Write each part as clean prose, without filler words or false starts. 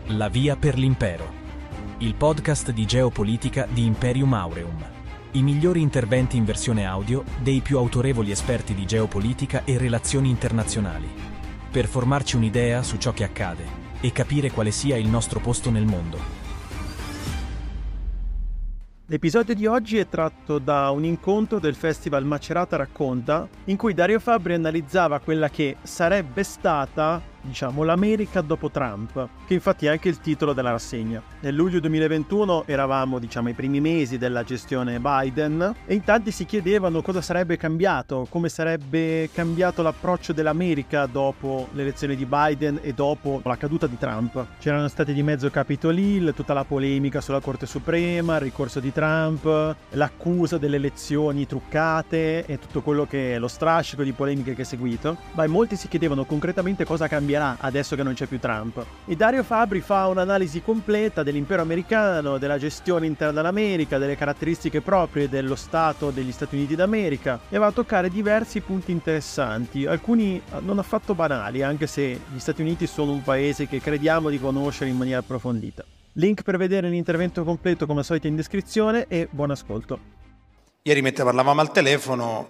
La via per l'impero. Il podcast di geopolitica di Imperium Aureum. I migliori interventi in versione audio dei più autorevoli esperti di geopolitica e relazioni internazionali, per formarci un'idea su ciò che accade e capire quale sia il nostro posto nel mondo. L'episodio di oggi è tratto da un incontro del Festival Macerata Racconta, in cui Dario Fabbri analizzava quella che sarebbe stata, l'America dopo Trump, che infatti è anche il titolo della rassegna. Nel luglio 2021 eravamo, i primi mesi della gestione Biden e in tanti si chiedevano cosa sarebbe cambiato, come sarebbe cambiato l'approccio dell'America dopo l'elezione di Biden e dopo la caduta di Trump. C'erano stati di mezzo Capitol Hill, tutta la polemica sulla Corte Suprema, il ricorso di Trump, l'accusa delle elezioni truccate e tutto quello che è lo strascico di polemiche che è seguito. Ma molti si chiedevano concretamente cosa cambierà adesso che non c'è più Trump. E Dario Fabbri fa un'analisi completa dell'impero americano, della gestione interna dell'America, delle caratteristiche proprie dello Stato degli Stati Uniti d'America e va a toccare diversi punti interessanti, alcuni non affatto banali, anche se gli Stati Uniti sono un paese che crediamo di conoscere in maniera approfondita. Link per vedere l'intervento completo come al solito in descrizione e buon ascolto. Ieri mentre parlavamo al telefono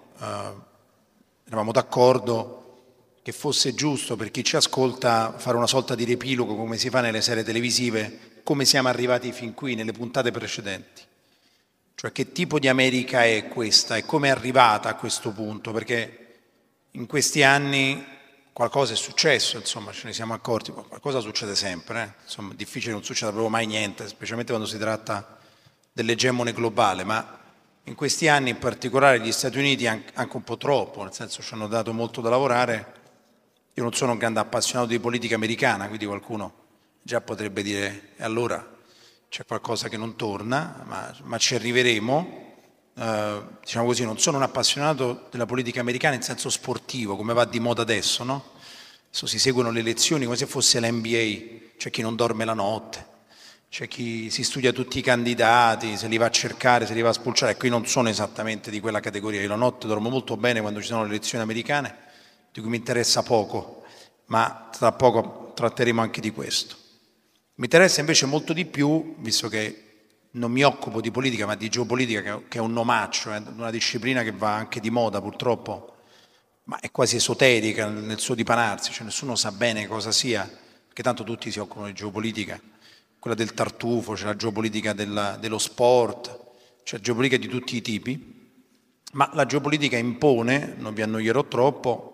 eravamo d'accordo che fosse giusto per chi ci ascolta fare una sorta di riepilogo come si fa nelle serie televisive, come siamo arrivati fin qui nelle puntate precedenti. Cioè che tipo di America è questa e come è arrivata a questo punto, perché in questi anni qualcosa è successo, insomma ce ne siamo accorti, qualcosa succede sempre, insomma è difficile che non succeda proprio mai niente, specialmente quando si tratta dell'egemone globale, ma in questi anni in particolare gli Stati Uniti anche un po' troppo, nel senso ci hanno dato molto da lavorare. Io non sono un grande appassionato di politica americana, quindi qualcuno già potrebbe dire e allora c'è qualcosa che non torna, ma ci arriveremo. Diciamo così, non sono un appassionato della politica americana in senso sportivo, come va di moda adesso, no? Adesso si seguono le elezioni come se fosse la NBA, c'è chi non dorme la notte, c'è chi si studia tutti i candidati, se li va a cercare, se li va a spulciare. Qui non sono esattamente di quella categoria, io la notte dormo molto bene quando ci sono le elezioni americane, di cui mi interessa poco, ma tra poco tratteremo anche di questo. Mi interessa invece molto di più, visto che non mi occupo di politica ma di geopolitica, che è un nomaccio, è una disciplina che va anche di moda purtroppo, ma è quasi esoterica nel suo dipanarsi, cioè nessuno sa bene cosa sia, perché tanto tutti si occupano di geopolitica, quella del tartufo, c'è la geopolitica dello sport, c'è geopolitica di tutti i tipi, ma la geopolitica impone, non vi annoierò troppo,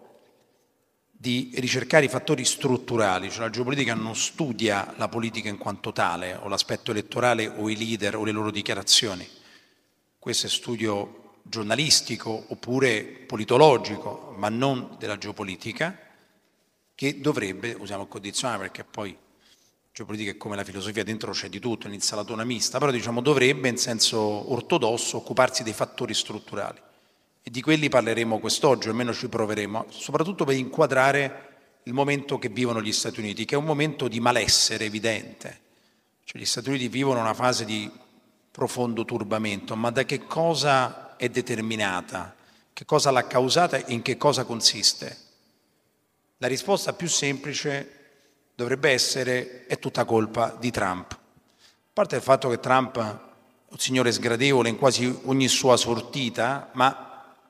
di ricercare i fattori strutturali, cioè la geopolitica non studia la politica in quanto tale, o l'aspetto elettorale o i leader o le loro dichiarazioni. Questo è studio giornalistico oppure politologico, ma non della geopolitica, che dovrebbe, usiamo il condizionale perché poi geopolitica è come la filosofia, dentro c'è di tutto, è un'insalatona mista, però dovrebbe in senso ortodosso occuparsi dei fattori strutturali. E di quelli parleremo quest'oggi, almeno ci proveremo, soprattutto per inquadrare il momento che vivono gli Stati Uniti, che è un momento di malessere evidente. Cioè gli Stati Uniti vivono una fase di profondo turbamento, ma da che cosa è determinata? Che cosa l'ha causata e in che cosa consiste? La risposta più semplice dovrebbe essere: è tutta colpa di Trump. A parte il fatto che Trump è un signore sgradevole in quasi ogni sua sortita, ma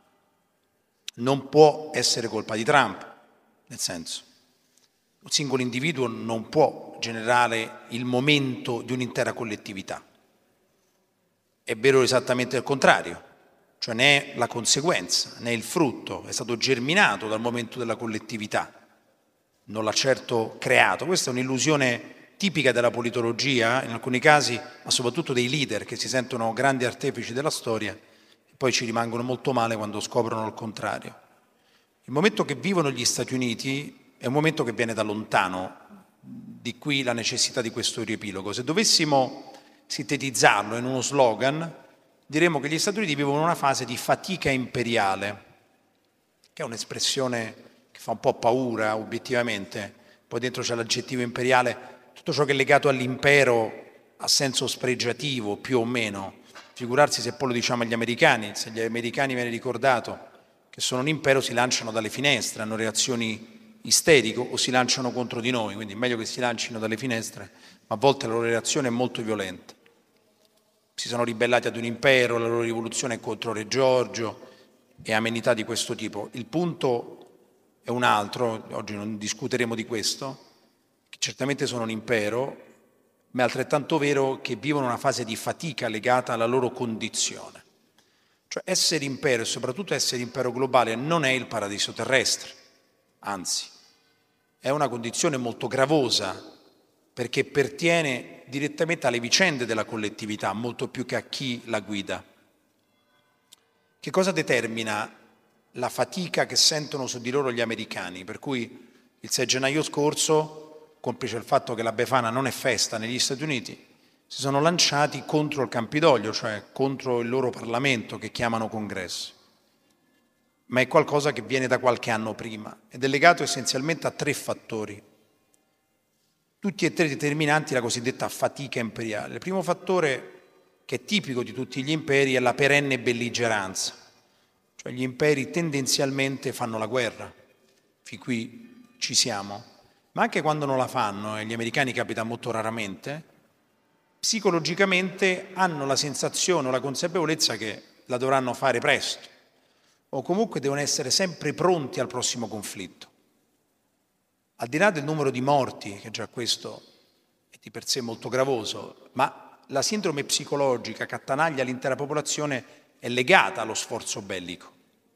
non può essere colpa di Trump, nel senso, un singolo individuo non può generare il momento di un'intera collettività. È vero esattamente il contrario, cioè ne è la conseguenza, ne è il frutto, è stato germinato dal momento della collettività, non l'ha certo creato. Questa è un'illusione tipica della politologia, in alcuni casi, ma soprattutto dei leader che si sentono grandi artefici della storia, poi ci rimangono molto male quando scoprono il contrario. Il momento che vivono gli Stati Uniti è un momento che viene da lontano, di qui la necessità di questo riepilogo. Se dovessimo sintetizzarlo in uno slogan, diremmo che gli Stati Uniti vivono una fase di fatica imperiale, che è un'espressione che fa un po' paura obiettivamente, poi dentro c'è l'aggettivo imperiale, tutto ciò che è legato all'impero ha senso spregiativo più o meno. Figurarsi se poi lo diciamo agli americani, se agli americani viene ricordato che sono un impero si lanciano dalle finestre, hanno reazioni isterico o si lanciano contro di noi, quindi è meglio che si lancino dalle finestre, ma a volte la loro reazione è molto violenta. Si sono ribellati ad un impero, la loro rivoluzione è contro Re Giorgio e amenità di questo tipo. Il punto è un altro, oggi non discuteremo di questo, che certamente sono un impero, ma è altrettanto vero che vivono una fase di fatica legata alla loro condizione. Cioè essere impero e soprattutto essere impero globale non è il paradiso terrestre, anzi, è una condizione molto gravosa perché pertiene direttamente alle vicende della collettività, molto più che a chi la guida. Che cosa determina la fatica che sentono su di loro gli americani? Per cui il 6 gennaio scorso, complice il fatto che la Befana non è festa negli Stati Uniti, si sono lanciati contro il Campidoglio, cioè contro il loro Parlamento che chiamano Congresso. Ma è qualcosa che viene da qualche anno prima ed è legato essenzialmente a 3 fattori. Tutti e 3 determinanti la cosiddetta fatica imperiale. Il primo fattore, che è tipico di tutti gli imperi, è la perenne belligeranza. Cioè gli imperi tendenzialmente fanno la guerra, fin qui ci siamo, ma anche quando non la fanno, e gli americani capita molto raramente, psicologicamente hanno la sensazione o la consapevolezza che la dovranno fare presto, o comunque devono essere sempre pronti al prossimo conflitto. Al di là del numero di morti, che già questo è di per sé molto gravoso, ma la sindrome psicologica che attanaglia l'intera popolazione è legata allo sforzo bellico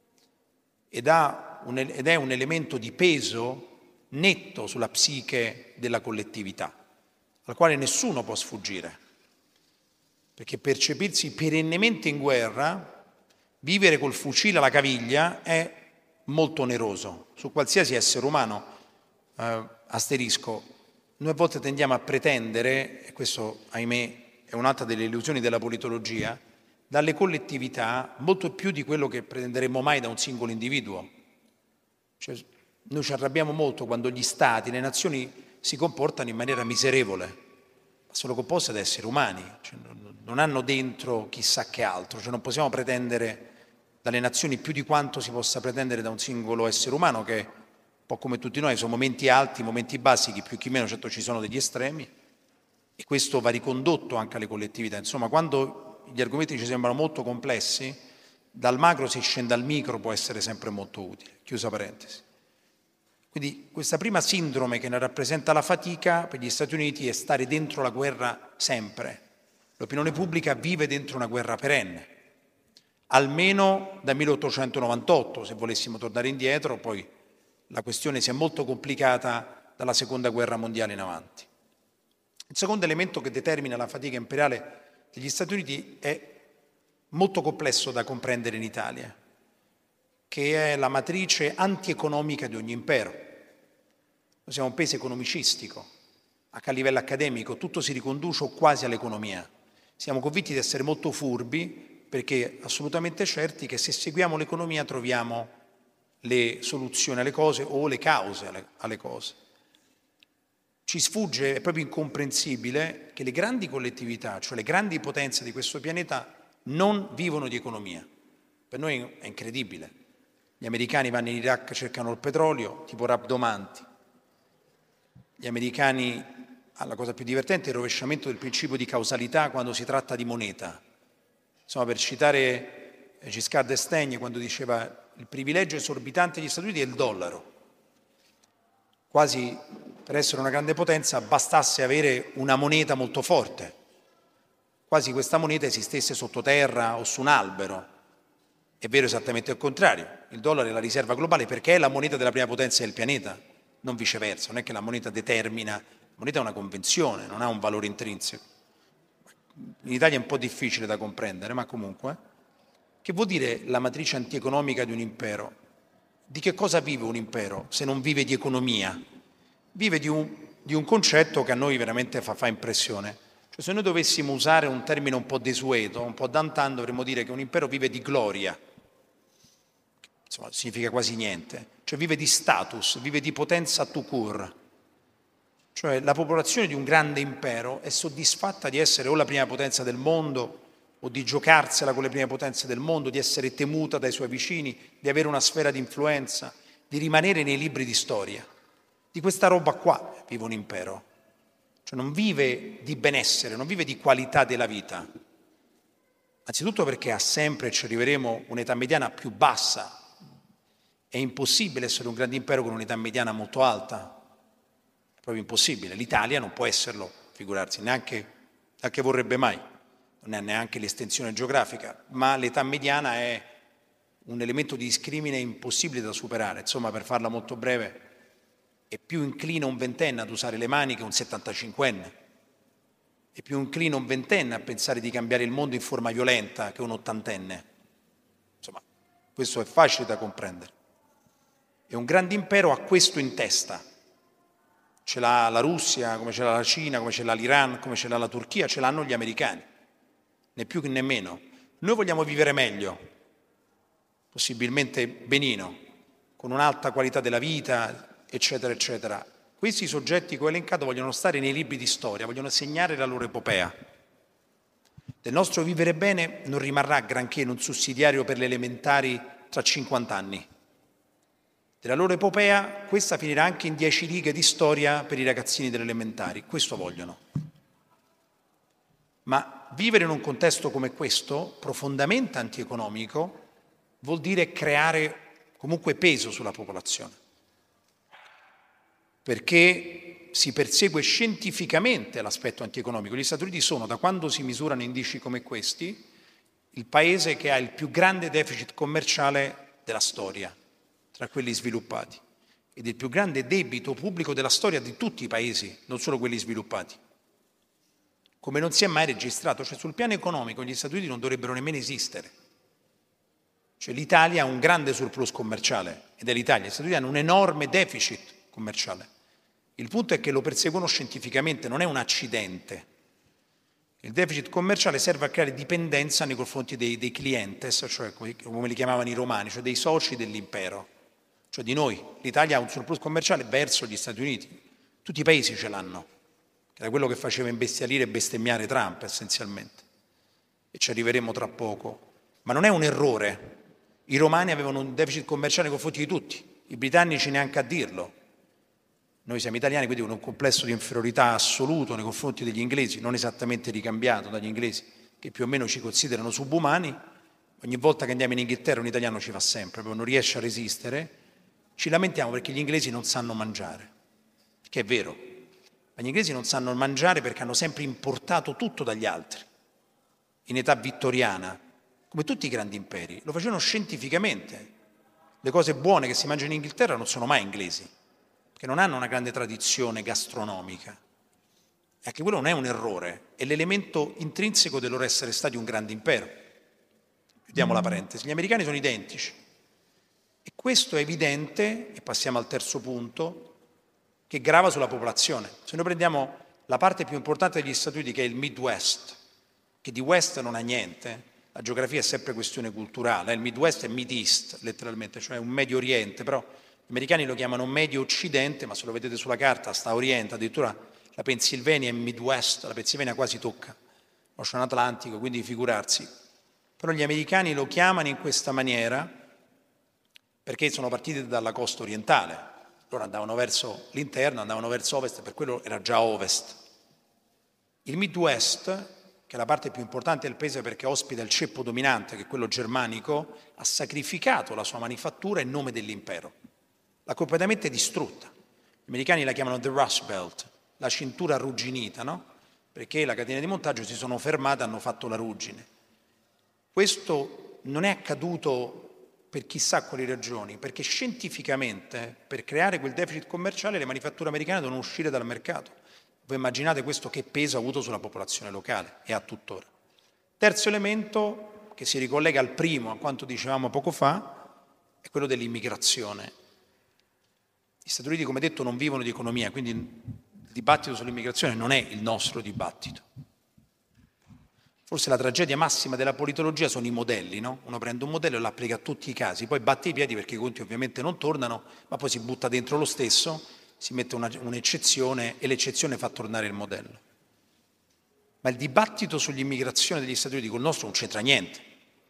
ed è un elemento di peso netto sulla psiche della collettività, al quale nessuno può sfuggire, perché percepirsi perennemente in guerra, vivere col fucile alla caviglia è molto oneroso su qualsiasi essere umano. Asterisco, noi a volte tendiamo a pretendere, e questo ahimè è un'altra delle illusioni della politologia, dalle collettività molto più di quello che pretenderemmo mai da un singolo individuo. Cioè, noi ci arrabbiamo molto quando gli stati, le nazioni si comportano in maniera miserevole, ma sono composte da esseri umani, cioè, non hanno dentro chissà che altro, cioè, non possiamo pretendere dalle nazioni più di quanto si possa pretendere da un singolo essere umano che, un po' come tutti noi, sono momenti alti, momenti bassi, chi più chi meno, certo ci sono degli estremi, e questo va ricondotto anche alle collettività. Insomma, quando gli argomenti ci sembrano molto complessi, dal macro si scende al micro può essere sempre molto utile. Chiusa parentesi. Quindi questa prima sindrome che ne rappresenta la fatica per gli Stati Uniti è stare dentro la guerra sempre. L'opinione pubblica vive dentro una guerra perenne, almeno dal 1898, se volessimo tornare indietro, poi la questione si è molto complicata dalla Seconda Guerra Mondiale in avanti. Il secondo elemento che determina la fatica imperiale degli Stati Uniti è molto complesso da comprendere in Italia, che è la matrice antieconomica di ogni impero. Noi siamo un paese economicistico, anche a livello accademico, tutto si riconduce quasi all'economia. Siamo convinti di essere molto furbi perché assolutamente certi che se seguiamo l'economia troviamo le soluzioni alle cose o le cause alle cose. Ci sfugge, è proprio incomprensibile, che le grandi collettività, cioè le grandi potenze di questo pianeta, non vivono di economia. Per noi è incredibile. Gli americani vanno in Iraq, cercano il petrolio, tipo rabdomanti. Gli americani, la cosa più divertente è il rovesciamento del principio di causalità quando si tratta di moneta. Insomma, per citare Giscard d'Estaing, quando diceva il privilegio esorbitante degli Stati Uniti è il dollaro. Quasi per essere una grande potenza bastasse avere una moneta molto forte. Quasi questa moneta esistesse sottoterra o su un albero. È vero esattamente il contrario. Il dollaro è la riserva globale perché è la moneta della prima potenza del pianeta, non viceversa. Non è che la moneta determina, la moneta è una convenzione, non ha un valore intrinseco. In Italia è un po' difficile da comprendere, ma comunque. Che vuol dire la matrice antieconomica di un impero? Di che cosa vive un impero se non vive di economia? Vive di un concetto che a noi veramente fa impressione. Cioè, se noi dovessimo usare un termine un po' desueto, un po' d'antan, dovremmo dire che un impero vive di gloria. Insomma, significa quasi niente. Cioè vive di status, vive di potenza tout court. Cioè la popolazione di un grande impero è soddisfatta di essere o la prima potenza del mondo o di giocarsela con le prime potenze del mondo, di essere temuta dai suoi vicini, di avere una sfera di influenza, di rimanere nei libri di storia. Di questa roba qua vive un impero. Cioè non vive di benessere, non vive di qualità della vita. Anzitutto perché ha sempre, ci arriveremo, un'età mediana più bassa. È impossibile essere un grande impero con un'età mediana molto alta. È proprio impossibile. L'Italia non può esserlo, figurarsi, neanche vorrebbe mai. Non è neanche l'estensione geografica, ma l'età mediana è un elemento di discrimine impossibile da superare. Insomma, per farla molto breve, è più inclino un ventenne ad usare le mani che un 75enne. È più inclino un ventenne a pensare di cambiare il mondo in forma violenta che un ottantenne. Insomma, questo è facile da comprendere. E un grande impero ha questo in testa. Ce l'ha la Russia, come ce l'ha la Cina, come ce l'ha l'Iran, come ce l'ha la Turchia, ce l'hanno gli americani. Né più né meno. Noi vogliamo vivere meglio, possibilmente benino, con un'alta qualità della vita, eccetera, eccetera. Questi soggetti che ho elencato vogliono stare nei libri di storia, vogliono segnare la loro epopea. Del nostro vivere bene non rimarrà granché in un sussidiario per le elementari tra 50 anni. Della loro epopea questa finirà anche in 10 righe di storia per i ragazzini delle elementari. Questo vogliono. Ma vivere in un contesto come questo, profondamente antieconomico, vuol dire creare comunque peso sulla popolazione. Perché si persegue scientificamente l'aspetto antieconomico. Gli Stati Uniti sono, da quando si misurano indici come questi, il paese che ha il più grande deficit commerciale della storia, tra quelli sviluppati, ed il più grande debito pubblico della storia di tutti i paesi, non solo quelli sviluppati. Come non si è mai registrato, cioè sul piano economico gli Stati Uniti non dovrebbero nemmeno esistere. Cioè l'Italia ha un grande surplus commerciale, ed è l'Italia, gli Stati Uniti hanno un enorme deficit commerciale. Il punto è che lo perseguono scientificamente, non è un accidente. Il deficit commerciale serve a creare dipendenza nei confronti dei clientes, cioè come li chiamavano i romani, cioè dei soci dell'impero, cioè di noi. L'Italia ha un surplus commerciale verso gli Stati Uniti, tutti i paesi ce l'hanno, che era quello che faceva imbestialire e bestemmiare Trump essenzialmente, e ci arriveremo tra poco. Ma non è un errore. I romani avevano un deficit commerciale nei confronti di tutti, i britannici neanche a dirlo. Noi siamo italiani, quindi con un complesso di inferiorità assoluto nei confronti degli inglesi, non esattamente ricambiato dagli inglesi, che più o meno ci considerano subumani. Ogni volta che andiamo in Inghilterra un italiano ci va sempre, proprio non riesce a resistere. Ci lamentiamo perché gli inglesi non sanno mangiare, che è vero. Ma gli inglesi non sanno mangiare perché hanno sempre importato tutto dagli altri. In età vittoriana, come tutti i grandi imperi, lo facevano scientificamente. Le cose buone che si mangiano in Inghilterra non sono mai inglesi, che non hanno una grande tradizione gastronomica. E anche quello non è un errore, è l'elemento intrinseco del loro essere stati un grande impero. Chiudiamo la parentesi. Gli americani sono identici. E questo è evidente, e passiamo al terzo punto, che grava sulla popolazione. Se noi prendiamo la parte più importante degli Stati Uniti, che è il Midwest, che di West non ha niente, la geografia è sempre questione culturale, il Midwest è Mid-East, letteralmente, cioè un Medio Oriente, però gli americani lo chiamano Medio Occidente, ma se lo vedete sulla carta sta a Oriente, addirittura la Pennsylvania è Midwest, la Pennsylvania quasi tocca l'Oceano Atlantico, quindi figurarsi. Però gli americani lo chiamano in questa maniera perché sono partiti dalla costa orientale, loro andavano verso l'interno, andavano verso ovest, per quello era già ovest. Il Midwest, che è la parte più importante del paese perché ospita il ceppo dominante, che è quello germanico, ha sacrificato la sua manifattura in nome dell'impero. L'ha completamente distrutta. Gli americani la chiamano the Rust Belt, la cintura arrugginita, no? Perché la catena di montaggio si sono fermate e hanno fatto la ruggine. Questo non è accaduto per chissà quali ragioni, perché scientificamente per creare quel deficit commerciale le manifatture americane devono uscire dal mercato. Voi immaginate questo che peso ha avuto sulla popolazione locale e ha tuttora. Terzo elemento, che si ricollega al primo, a quanto dicevamo poco fa, è quello dell'immigrazione. Gli Stati Uniti, come detto, non vivono di economia, quindi il dibattito sull'immigrazione non è il nostro dibattito. Forse la tragedia massima della politologia sono i modelli, no? Uno prende un modello e lo applica a tutti i casi, poi batte i piedi perché i conti ovviamente non tornano, ma poi si butta dentro lo stesso, si mette un'eccezione e l'eccezione fa tornare il modello. Ma il dibattito sull'immigrazione degli Stati Uniti col nostro non c'entra niente.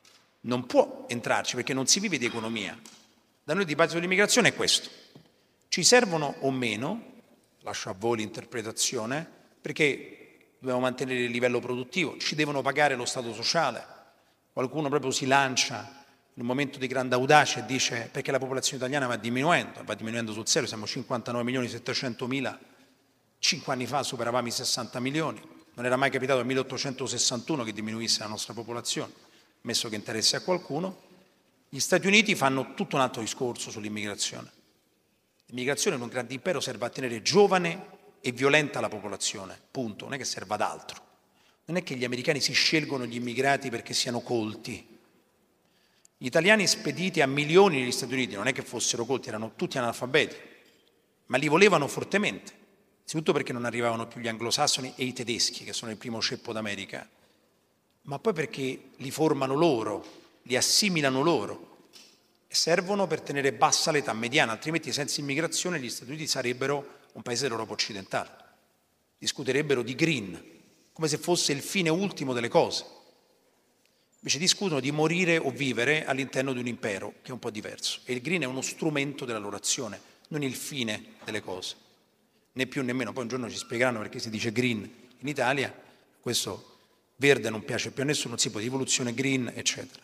Non può entrarci perché non si vive di economia. Da noi il dibattito sull'immigrazione è questo. Ci servono o meno, lascio a voi l'interpretazione, perché dobbiamo mantenere il livello produttivo, ci devono pagare lo Stato sociale. Qualcuno proprio si lancia in un momento di grande audacia e dice perché la popolazione italiana va diminuendo sul serio, siamo 59.700.000, 5 anni fa superavamo i 60 milioni, non era mai capitato nel 1861 che diminuisse la nostra popolazione, ammesso che interessi a qualcuno. Gli Stati Uniti fanno tutto un altro discorso sull'immigrazione. L'immigrazione in un grande impero serve a tenere giovane e violenta la popolazione, punto, non è che serva ad altro. Non è che gli americani si scelgono gli immigrati perché siano colti. Gli italiani spediti a milioni negli Stati Uniti non è che fossero colti, erano tutti analfabeti, ma li volevano fortemente, innanzitutto perché non arrivavano più gli anglosassoni e i tedeschi, che sono il primo ceppo d'America, ma poi perché li formano loro, li assimilano loro e servono per tenere bassa l'età mediana, altrimenti senza immigrazione gli Stati Uniti sarebbero un paese dell'Europa occidentale, discuterebbero di green, come se fosse il fine ultimo delle cose. Invece discutono di morire o vivere all'interno di un impero, che è un po' diverso. E il green è uno strumento della loro azione, non il fine delle cose. Né più né meno. Poi un giorno ci spiegheranno perché si dice green in Italia, questo verde non piace più a nessuno, non si può, rivoluzione green, eccetera.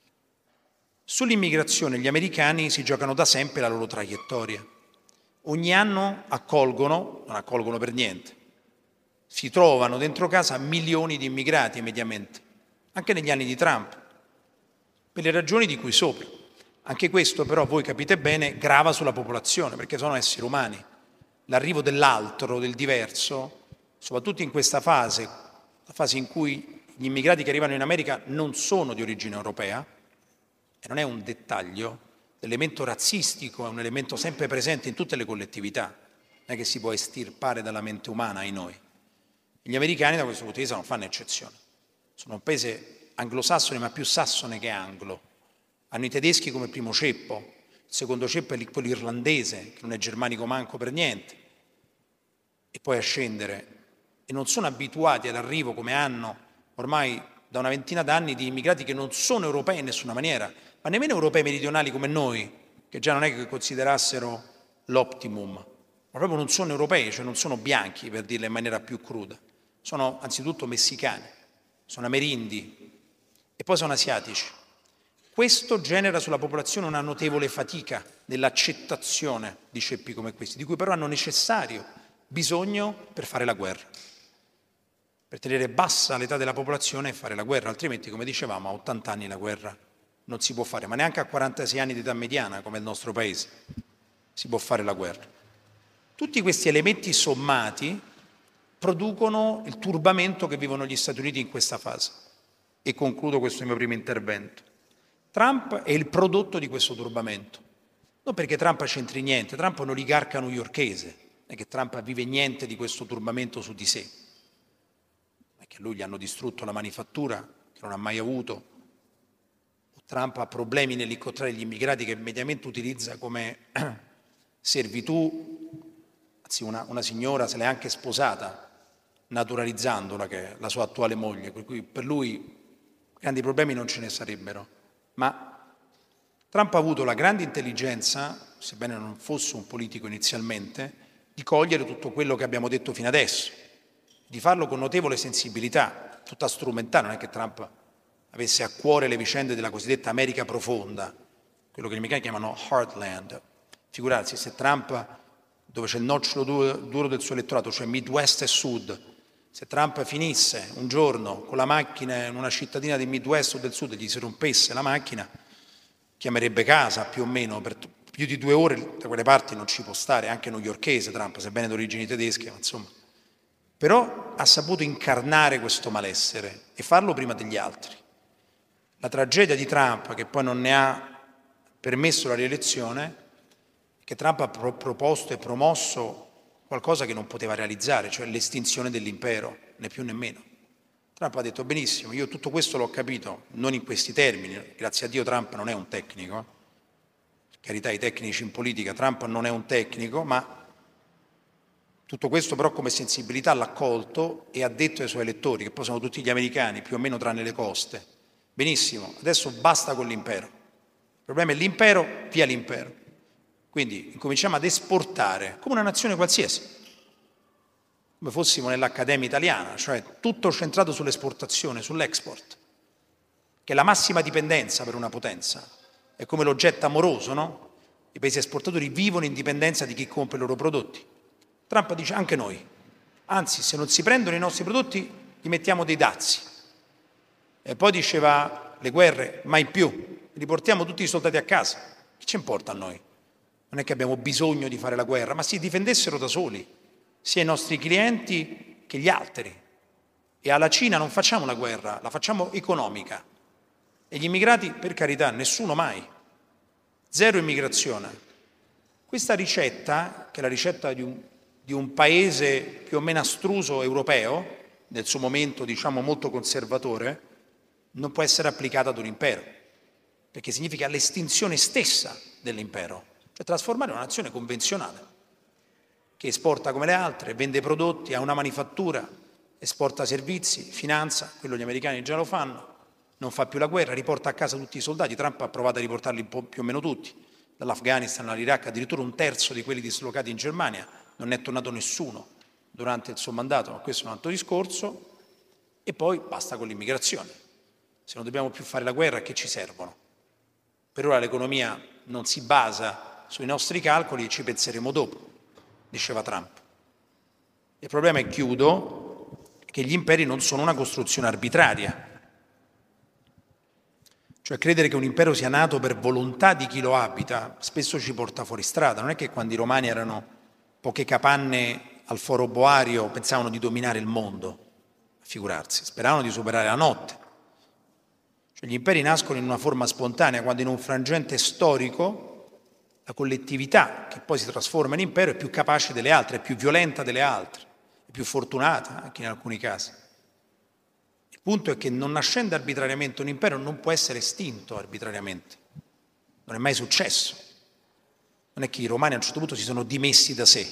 Sull'immigrazione gli americani si giocano da sempre la loro traiettoria. Ogni anno non accolgono per niente. Si trovano dentro casa milioni di immigrati mediamente. Anche negli anni di Trump, per le ragioni di cui sopra. Anche questo però, voi capite bene, grava sulla popolazione, perché sono esseri umani. L'arrivo dell'altro, del diverso, soprattutto in questa fase, la fase in cui gli immigrati che arrivano in America non sono di origine europea, e non è un dettaglio, l'elemento razzistico è un elemento sempre presente in tutte le collettività, non è che si può estirpare dalla mente umana ai noi. Gli americani da questo punto di vista non fanno eccezione. Sono un paese anglosassone, ma più sassone che anglo. Hanno i tedeschi come primo ceppo, il secondo ceppo è quello irlandese, che non è germanico manco per niente, e poi a scendere. E non sono abituati all'arrivo, come hanno ormai da una ventina d'anni, di immigrati che non sono europei in nessuna maniera, ma nemmeno europei meridionali come noi, che già non è che considerassero l'optimum, ma proprio non sono europei, cioè non sono bianchi, per dirla in maniera più cruda. Sono anzitutto messicani, sono amerindi e poi sono asiatici. Questo genera sulla popolazione una notevole fatica nell'accettazione di ceppi come questi, di cui però hanno necessario bisogno per fare la guerra, per tenere bassa l'età della popolazione e fare la guerra, altrimenti, come dicevamo, a 80 anni la guerra non si può fare, ma neanche a 46 anni di età mediana, come il nostro paese, si può fare la guerra. Tutti questi elementi sommati producono il turbamento che vivono gli Stati Uniti in questa fase. E concludo questo mio primo intervento. Trump è il prodotto di questo turbamento. Non perché Trump c'entri niente, Trump è un oligarca newyorkese, non è che Trump vive niente di questo turbamento su di sé. Non è che lui gli hanno distrutto la manifattura, che non ha mai avuto. Trump ha problemi nell'incontrare gli immigrati che mediamente utilizza come servitù, anzi una signora se l'è anche sposata, naturalizzandola, che è la sua attuale moglie, per cui per lui grandi problemi non ce ne sarebbero. Ma Trump ha avuto la grande intelligenza, sebbene non fosse un politico inizialmente, di cogliere tutto quello che abbiamo detto fino adesso, di farlo con notevole sensibilità, tutta strumentale, non è che Trump avesse a cuore le vicende della cosiddetta America profonda, quello che gli americani chiamano Heartland. Figurarsi se Trump, dove c'è il nocciolo duro del suo elettorato, cioè Midwest e Sud, se Trump finisse un giorno con la macchina in una cittadina del Midwest o del Sud e gli si rompesse la macchina, chiamerebbe casa più o meno, per più di 2 ore da quelle parti non ci può stare, anche newyorkese Trump, sebbene d'origini tedesche, ma insomma. Però ha saputo incarnare questo malessere e farlo prima degli altri. La tragedia di Trump, che poi non ne ha permesso la rielezione, è che Trump ha proposto e promosso qualcosa che non poteva realizzare, cioè l'estinzione dell'impero, né più né meno. Trump ha detto benissimo, io tutto questo l'ho capito, non in questi termini, grazie a Dio Trump non è un tecnico, per carità i tecnici in politica, Trump non è un tecnico, ma tutto questo però come sensibilità l'ha colto e ha detto ai suoi elettori, che poi sono tutti gli americani, più o meno tranne le coste, benissimo, adesso basta con l'impero, il problema è l'impero, via l'impero. Quindi incominciamo ad esportare come una nazione qualsiasi, come fossimo nell'Accademia Italiana, cioè tutto centrato sull'esportazione, sull'export, che è la massima dipendenza per una potenza. È come l'oggetto amoroso, no? I paesi esportatori vivono in dipendenza di chi compra i loro prodotti. Trump dice anche noi, anzi se non si prendono i nostri prodotti gli mettiamo dei dazi. E poi diceva le guerre mai più, riportiamo tutti i soldati a casa. Che ci importa a noi? Non è che abbiamo bisogno di fare la guerra, ma si difendessero da soli, sia i nostri clienti che gli altri. E alla Cina non facciamo la guerra, la facciamo economica. E gli immigrati, per carità, nessuno mai. Zero immigrazione. Questa ricetta, che è la ricetta di un paese più o meno astruso europeo, nel suo momento diciamo molto conservatore, non può essere applicata ad un impero, perché significa l'estinzione stessa dell'impero, cioè trasformare una nazione convenzionale, che esporta come le altre, vende prodotti, ha una manifattura, esporta servizi, finanza, quello gli americani già lo fanno, non fa più la guerra, riporta a casa tutti i soldati. Trump ha provato a riportarli più o meno tutti, dall'Afghanistan all'Iraq, addirittura un terzo di quelli dislocati in Germania, non è tornato nessuno durante il suo mandato, ma questo è un altro discorso. E poi basta con l'immigrazione. Se non dobbiamo più fare la guerra, a che ci servono? Per ora l'economia non si basa sui nostri calcoli e ci penseremo dopo, diceva Trump. Il problema è, chiudo, che gli imperi non sono una costruzione arbitraria. Cioè credere che un impero sia nato per volontà di chi lo abita spesso ci porta fuori strada. Non è che quando i romani erano poche capanne al foro boario pensavano di dominare il mondo, figurarsi, speravano di superare la notte. Cioè gli imperi nascono in una forma spontanea, quando in un frangente storico la collettività che poi si trasforma in impero è più capace delle altre, è più violenta delle altre, è più fortunata anche in alcuni casi. Il punto è che non nascendo arbitrariamente un impero non può essere estinto arbitrariamente. Non è mai successo. Non è che i romani a un certo punto si sono dimessi da sé.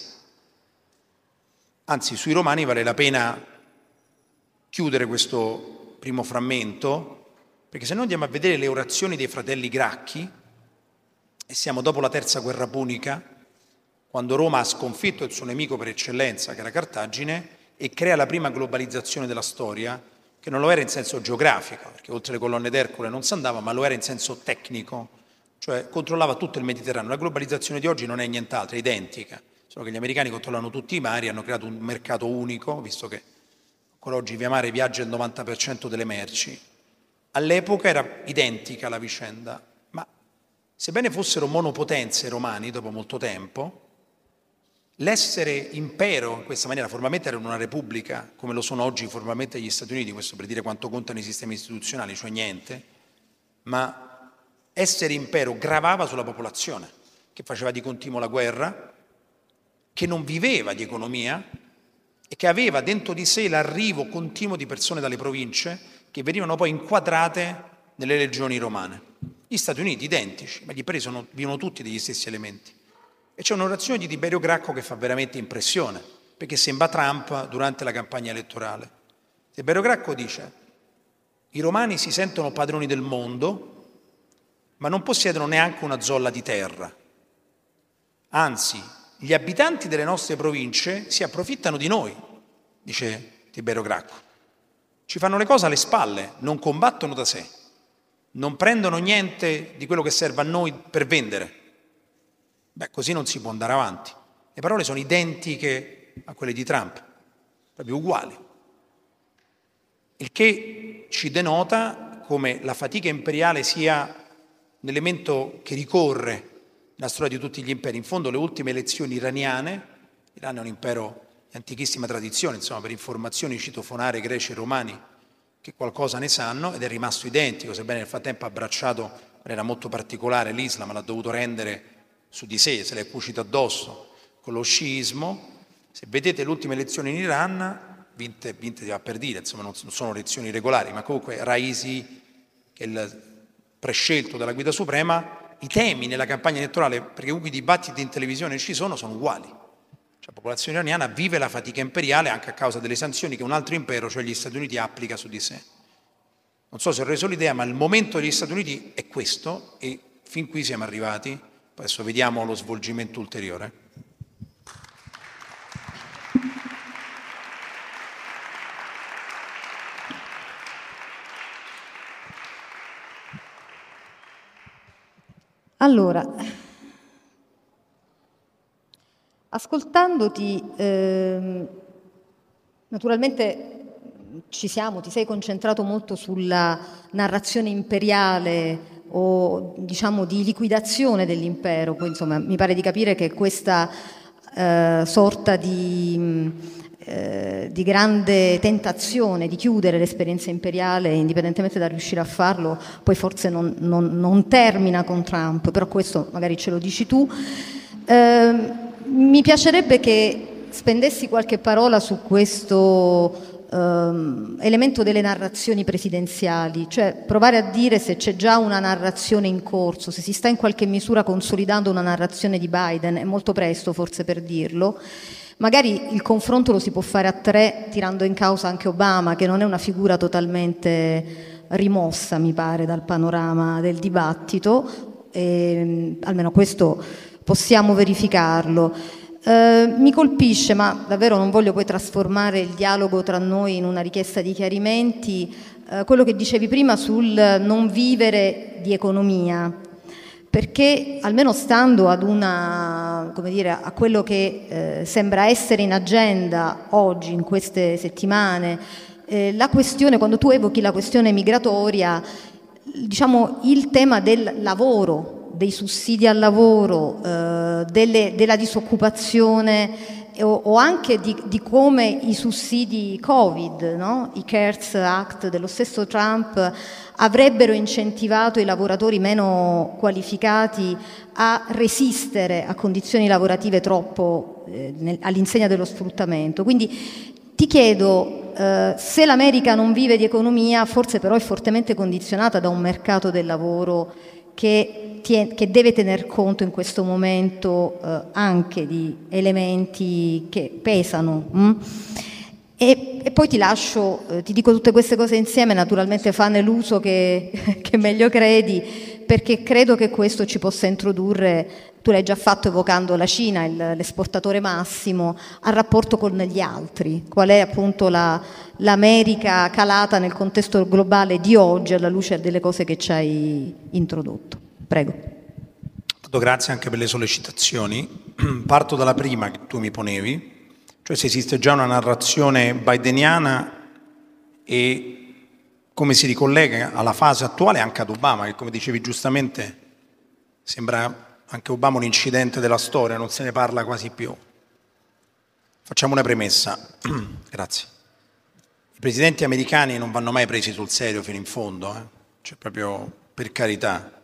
Anzi, sui romani vale la pena chiudere questo primo frammento, perché se noi andiamo a vedere le orazioni dei fratelli Gracchi, e siamo dopo la terza guerra punica, quando Roma ha sconfitto il suo nemico per eccellenza, che era Cartagine, e crea la prima globalizzazione della storia, che non lo era in senso geografico, perché oltre le colonne d'Ercole non si andava, ma lo era in senso tecnico, cioè controllava tutto il Mediterraneo. La globalizzazione di oggi non è nient'altro, è identica, solo che gli americani controllano tutti i mari, hanno creato un mercato unico, visto che ancora oggi via mare viaggia il 90% delle merci. All'epoca era identica la vicenda, ma sebbene fossero monopotenze romani dopo molto tempo, l'essere impero in questa maniera, formalmente erano una repubblica, come lo sono oggi formalmente gli Stati Uniti, questo per dire quanto contano i sistemi istituzionali, cioè niente, ma essere impero gravava sulla popolazione, che faceva di continuo la guerra, che non viveva di economia e che aveva dentro di sé l'arrivo continuo di persone dalle province che venivano poi inquadrate nelle legioni romane. Gli Stati Uniti identici, ma gli imperi vivono tutti degli stessi elementi. E c'è un'orazione di Tiberio Gracco che fa veramente impressione, perché sembra Trump durante la campagna elettorale. Tiberio Gracco dice: i romani si sentono padroni del mondo, ma non possiedono neanche una zolla di terra. Anzi, gli abitanti delle nostre province si approfittano di noi, dice Tiberio Gracco. Ci fanno le cose alle spalle, non combattono da sé, non prendono niente di quello che serve a noi per vendere. Beh, così non si può andare avanti. Le parole sono identiche a quelle di Trump, proprio uguali. Il che ci denota come la fatica imperiale sia un elemento che ricorre nella storia di tutti gli imperi. In fondo le ultime elezioni iraniane, l'Iran è un impero di antichissima tradizione, insomma per informazioni citofonare greci e romani che qualcosa ne sanno, ed è rimasto identico, sebbene nel frattempo ha abbracciato in maniera molto particolare l'Islam, l'ha dovuto rendere su di sé, se l'è cucito addosso con lo sciismo. Se vedete le ultime elezioni in Iran, vinte va per dire, insomma non sono elezioni regolari, ma comunque Raisi, che è il prescelto della guida suprema, i temi nella campagna elettorale, perché comunque i dibattiti in televisione ci sono uguali. Cioè, la popolazione iraniana vive la fatica imperiale anche a causa delle sanzioni che un altro impero, cioè gli Stati Uniti, applica su di sé. Non so se ho reso l'idea, ma il momento degli Stati Uniti è questo, e fin qui siamo arrivati. Adesso vediamo lo svolgimento ulteriore. Allora, ascoltandoti, naturalmente ti sei concentrato molto sulla narrazione imperiale o diciamo di liquidazione dell'impero, poi insomma mi pare di capire che questa sorta di grande tentazione di chiudere l'esperienza imperiale, indipendentemente da riuscire a farlo, poi forse non termina con Trump, però questo magari ce lo dici tu. Mi piacerebbe che spendessi qualche parola su questo elemento delle narrazioni presidenziali, cioè provare a dire se c'è già una narrazione in corso, se si sta in qualche misura consolidando una narrazione di Biden. È molto presto forse per dirlo. Magari il confronto lo si può fare a tre, tirando in causa anche Obama, che non è una figura totalmente rimossa, mi pare, dal panorama del dibattito, almeno questo possiamo verificarlo. Mi colpisce, ma davvero non voglio poi trasformare il dialogo tra noi in una richiesta di chiarimenti, quello che dicevi prima sul non vivere di economia, perché almeno stando ad a quello che sembra essere in agenda oggi, in queste settimane, la questione, quando tu evochi la questione migratoria, diciamo il tema del lavoro, dei sussidi al lavoro, della disoccupazione o anche di come i sussidi Covid, no? I CARES Act dello stesso Trump avrebbero incentivato i lavoratori meno qualificati a resistere a condizioni lavorative troppo all'insegna dello sfruttamento. Quindi ti chiedo, se l'America non vive di economia, forse però è fortemente condizionata da un mercato del lavoro che deve tener conto in questo momento anche di elementi che pesano. E poi ti lascio, ti dico tutte queste cose insieme, naturalmente fanne l'uso che meglio credi, perché credo che questo ci possa introdurre, tu l'hai già fatto evocando la Cina, l'esportatore massimo, al rapporto con gli altri. Qual è appunto l'America calata nel contesto globale di oggi alla luce delle cose che ci hai introdotto. Prego. Grazie anche per le sollecitazioni. Parto dalla prima che tu mi ponevi, cioè se esiste già una narrazione bideniana e come si ricollega alla fase attuale anche ad Obama, che come dicevi giustamente sembra anche Obama un incidente della storia, non se ne parla quasi più. Facciamo una premessa. Grazie. I presidenti americani non vanno mai presi sul serio fino in fondo, cioè proprio per carità.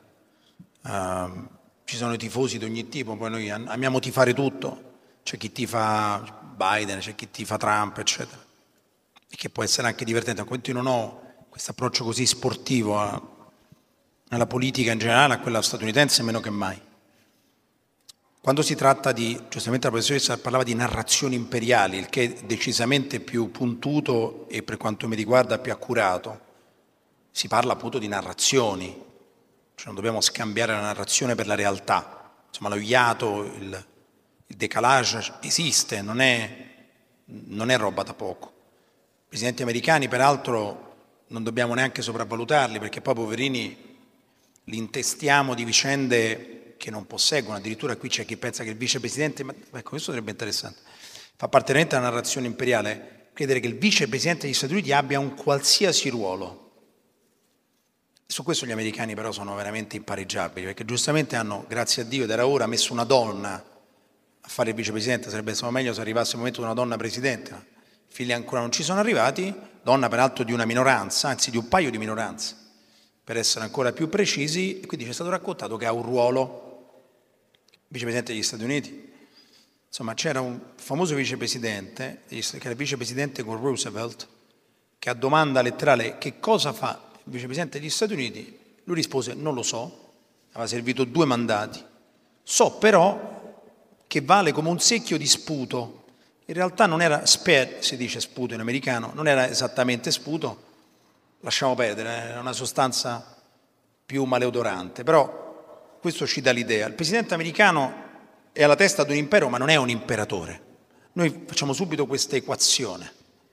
Ci sono i tifosi di ogni tipo, poi noi amiamo tifare tutto, c'è chi tifa Biden, c'è chi tifa Trump, eccetera, e che può essere anche divertente, ma non ho questo approccio così sportivo alla politica in generale, a quella statunitense meno che mai. Quando si tratta di, giustamente la professoressa parlava di narrazioni imperiali, il che è decisamente più puntuto e per quanto mi riguarda più accurato, si parla appunto di narrazioni. Cioè non dobbiamo scambiare la narrazione per la realtà. Insomma, lo iato, il décalage esiste, non è roba da poco. I presidenti americani, peraltro, non dobbiamo neanche sopravvalutarli, perché poi, poverini, li intestiamo di vicende che non posseggono. Addirittura qui c'è chi pensa che il vicepresidente, ma ecco, questo sarebbe interessante, fa parte della narrazione imperiale, credere che il vicepresidente degli Stati Uniti abbia un qualsiasi ruolo. Su questo gli americani però sono veramente impareggiabili, perché giustamente hanno, grazie a Dio, ed era ora, messo una donna a fare il vicepresidente. Sarebbe stato meglio se arrivasse il momento di una donna presidente. I figli ancora non ci sono arrivati, donna peraltro di una minoranza, anzi di un paio di minoranze, per essere ancora più precisi, e quindi ci è stato raccontato che ha un ruolo, vicepresidente degli Stati Uniti. Insomma, c'era un famoso vicepresidente, che era vicepresidente con Roosevelt, che a domanda letterale che cosa fa il vicepresidente degli Stati Uniti, lui rispose non lo so, aveva servito 2 mandati, so però che vale come un secchio di sputo. In realtà non era spare, si dice sputo in americano, non era esattamente sputo, lasciamo perdere, era una sostanza più maleodorante, però questo ci dà l'idea. Il presidente americano è alla testa di un impero, ma non è un imperatore. Noi facciamo subito questa equazione.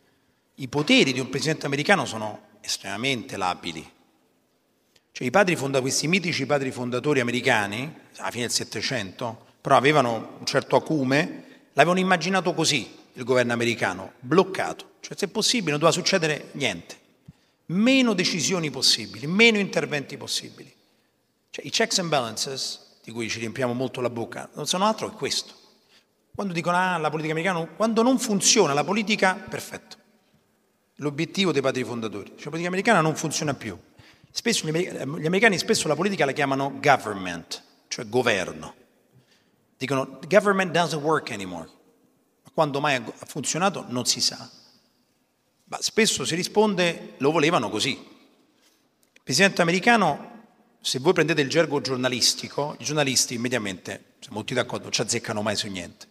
I poteri di un presidente americano sono estremamente labili. Cioè questi mitici padri fondatori americani, alla fine del Settecento, però avevano un certo acume, l'avevano immaginato così, il governo americano, bloccato. Cioè, se possibile, non doveva succedere niente. Meno decisioni possibili, meno interventi possibili. Cioè, i checks and balances, di cui ci riempiamo molto la bocca, non sono altro che questo. Quando dicono, la politica americana, quando non funziona la politica, perfetto. L'obiettivo dei padri fondatori. Cioè, la politica americana non funziona più. Spesso gli americani spesso la politica la chiamano government, cioè governo. Dicono, the government doesn't work anymore. Ma quando mai ha funzionato non si sa. Ma spesso si risponde, lo volevano così. Il presidente americano, se voi prendete il gergo giornalistico, i giornalisti immediatamente, siamo tutti d'accordo, non ci azzeccano mai su niente.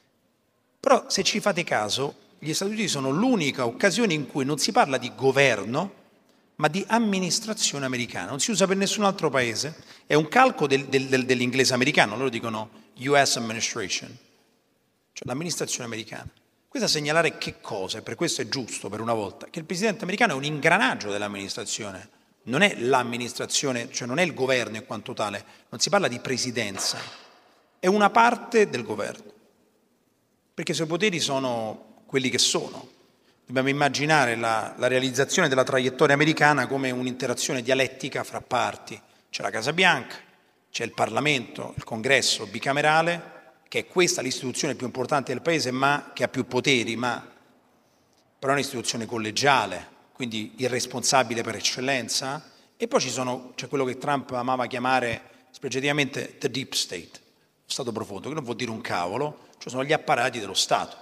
Però se ci fate caso, gli Stati Uniti sono l'unica occasione in cui non si parla di governo, ma di amministrazione americana. Non si usa per nessun altro paese. È un calco dell'inglese americano, loro dicono US Administration, cioè l'amministrazione americana. Questo a segnalare che cosa, e per questo è giusto per una volta, che il presidente americano è un ingranaggio dell'amministrazione, non è l'amministrazione, cioè non è il governo in quanto tale, non si parla di presidenza, è una parte del governo, perché i suoi poteri sono quelli che sono. Dobbiamo immaginare la realizzazione della traiettoria americana come un'interazione dialettica fra parti. C'è la Casa Bianca, c'è il Parlamento, il Congresso bicamerale, che è questa l'istituzione più importante del Paese, ma che ha più poteri, però è un'istituzione collegiale, quindi irresponsabile per eccellenza. E poi c'è quello che Trump amava chiamare spregiativamente the deep state, lo Stato profondo, che non vuol dire un cavolo, cioè sono gli apparati dello Stato.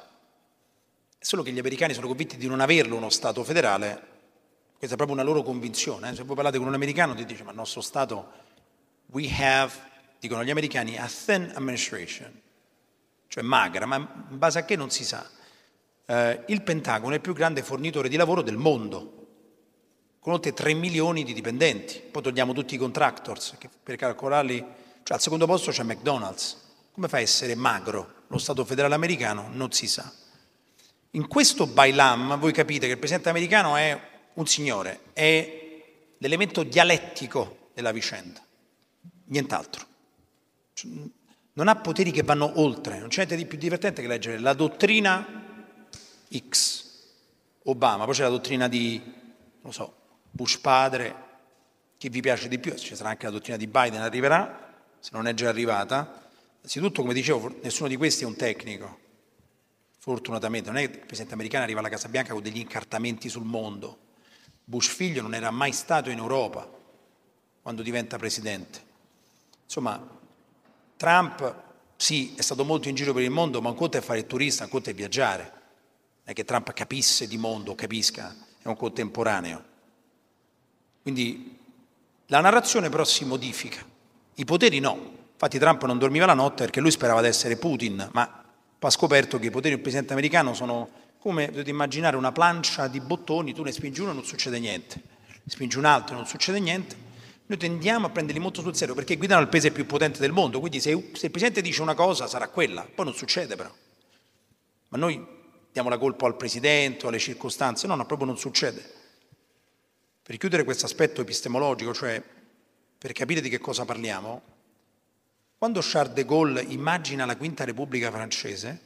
Solo che gli americani sono convinti di non averlo uno Stato federale, questa è proprio una loro convinzione. Se voi parlate con un americano ti dice, ma il nostro Stato, dicono gli americani, a thin administration, cioè magra, ma in base a che non si sa. Il Pentagono è il più grande fornitore di lavoro del mondo, con oltre 3 milioni di dipendenti. Poi togliamo tutti i contractors, che per calcolarli, cioè al secondo posto c'è McDonald's. Come fa a essere magro lo Stato federale americano? Non si sa. In questo bailam voi capite che il presidente americano è un signore, è l'elemento dialettico della vicenda, nient'altro. Non ha poteri che vanno oltre, non c'è niente di più divertente che leggere la dottrina X, Obama, poi c'è la dottrina di, non so, Bush padre, che vi piace di più, ci sarà anche la dottrina di Biden, arriverà, se non è già arrivata. Anzitutto, come dicevo, nessuno di questi è un tecnico. Fortunatamente, non è che il presidente americano arriva alla Casa Bianca con degli incartamenti sul mondo. Bush figlio non era mai stato in Europa quando diventa presidente. Insomma, Trump sì, è stato molto in giro per il mondo, ma un conto è fare il turista, un conto è viaggiare. Non è che Trump capisse di mondo, capisca, è un contemporaneo. Quindi la narrazione però si modifica, i poteri no. Infatti Trump non dormiva la notte perché lui sperava di essere Putin, ma ha scoperto che i poteri del presidente americano sono come, dovete immaginare, una plancia di bottoni, tu ne spingi uno e non succede niente, ne spingi un altro e non succede niente. Noi tendiamo a prenderli molto sul serio perché guidano il paese più potente del mondo, quindi se il presidente dice una cosa sarà quella, poi non succede però. Ma noi diamo la colpa al presidente o alle circostanze, no, proprio non succede. Per chiudere questo aspetto epistemologico, cioè per capire di che cosa parliamo, quando Charles de Gaulle immagina la Quinta Repubblica francese,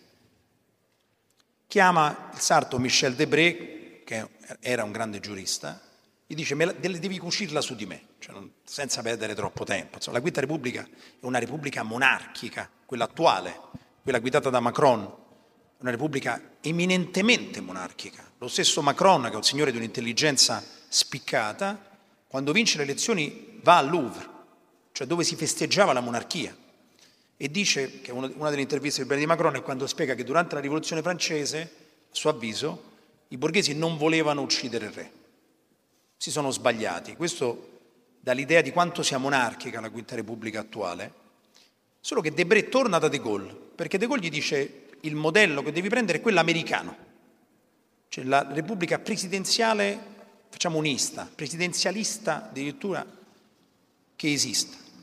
chiama il sarto Michel Debré, che era un grande giurista, gli dice devi cucirla su di me, cioè senza perdere troppo tempo. Insomma, la Quinta Repubblica è una repubblica monarchica, quella attuale, quella guidata da Macron, una repubblica eminentemente monarchica. Lo stesso Macron, che è un signore di un'intelligenza spiccata, quando vince le elezioni va al Louvre, cioè dove si festeggiava la monarchia, e dice, che una delle interviste di Macron è quando spiega che durante la rivoluzione francese, a suo avviso, i borghesi non volevano uccidere il re, si sono sbagliati. Questo dà l'idea di quanto sia monarchica la Quinta Repubblica attuale, solo che Debré torna da De Gaulle, perché De Gaulle gli dice il modello che devi prendere è quello americano, cioè la repubblica presidenziale, facciamo unista, presidenzialista addirittura, che esista.